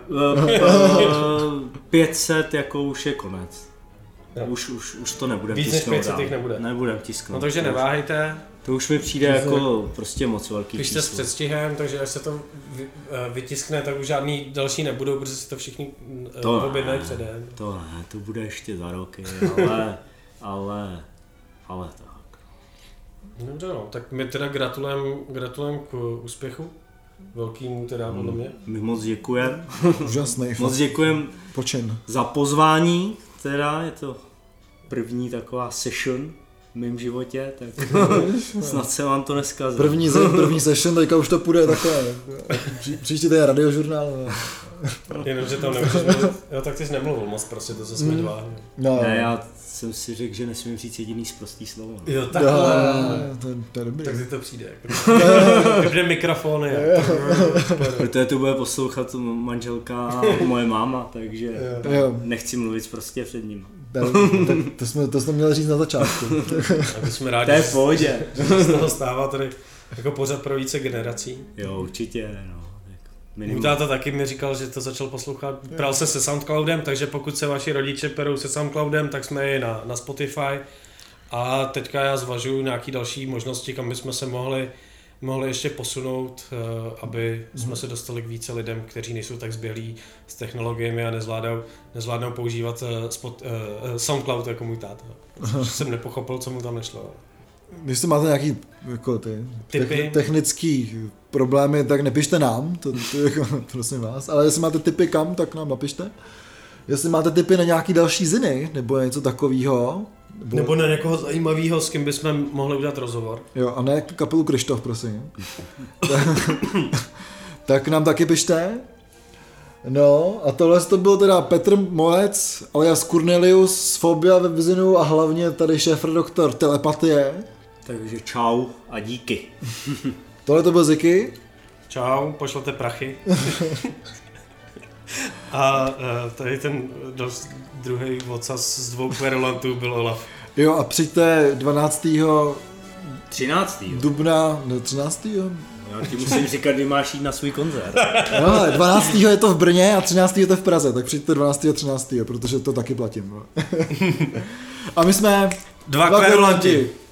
500 jako už je konec. Už to nebudem tisknout. Víc než 500 jich nebude. Nebudem tisknout. No takže neváhejte. To už mi přijde jako prostě moc velký číslo. Když jste s předstihem, takže až se to vytiskne, tak už žádný další nebudou, protože si to všichni objednají předem. To ne, to bude ještě za roky, ale tak. Dobře, no, tak my teda gratulujeme k úspěchu. Velkýmu teda podle mě. My moc děkujeme. Úžasný. Moc děkujeme za pozvání, teda je to první taková session v mém životě, tak snad se vám to neskazí. První session, teďka už to půjde takové. Příště to je radiožurnál. Jenomže tam nemůžeš mluvit. Jo, tak ty jsi nemluvil moc prostě, to jsme dva. No. Ne, já jsem si řekl, že nesmím říct jediný sprostý slovo. No. Jo, takhle. To je dobrý. Tak si to přijde. Kde mikrofony. Protože to bude poslouchat manželka a moje máma, takže nechci mluvit prostě před ním. To jsme měli říct na začátku. A to jsme rádi, to je v pohodě. Že z toho stává tady jako pořad pro více generací. Jo, určitě, no. Můj táta taky mi říkal, že to začal poslouchat, pral se Soundcloudem, takže pokud se vaši rodiče perou se Soundcloudem, tak jsme i na Spotify. A teďka já zvažuju nějaký další možnosti, kam bychom se mohli mohli ještě posunout, aby jsme se dostali k více lidem, kteří nejsou tak zběhlí s technologiemi a nezvládnou používat SoundCloud jako můj táta. Jsem nepochopil, co mu tam nešlo. Když máte nějaký jako technický problémy, tak nepište nám, to jako, prosím vás. Ale jestli máte tipy kam, tak nám napište. Jestli máte tipy na nějaký další ziny, nebo něco takového. Nebo na někoho zajímavého, s kým bychom mohli udělat rozhovor. Jo, a ne kapelu Krištof, prosím. Tak nám taky pište. No a tohle to byl teda Petr Molec, alias Cornelius z Fobia ve Vizinu a hlavně tady šéfredoktor Telepatie. Takže čau a díky. Tohle to byl Ziky. Čau, pošlete prachy. A tady ten druhý vocas z 2 kverulantů byl Olaf. Jo a přijďte 13. dubna, ne 13. Já ti musím říkat, kdy máš jít na svůj koncert. No, 12. je to v Brně a 13. je to v Praze, tak přijďte 12. a 13. protože to taky platím. No. A my jsme 2 kverulanti.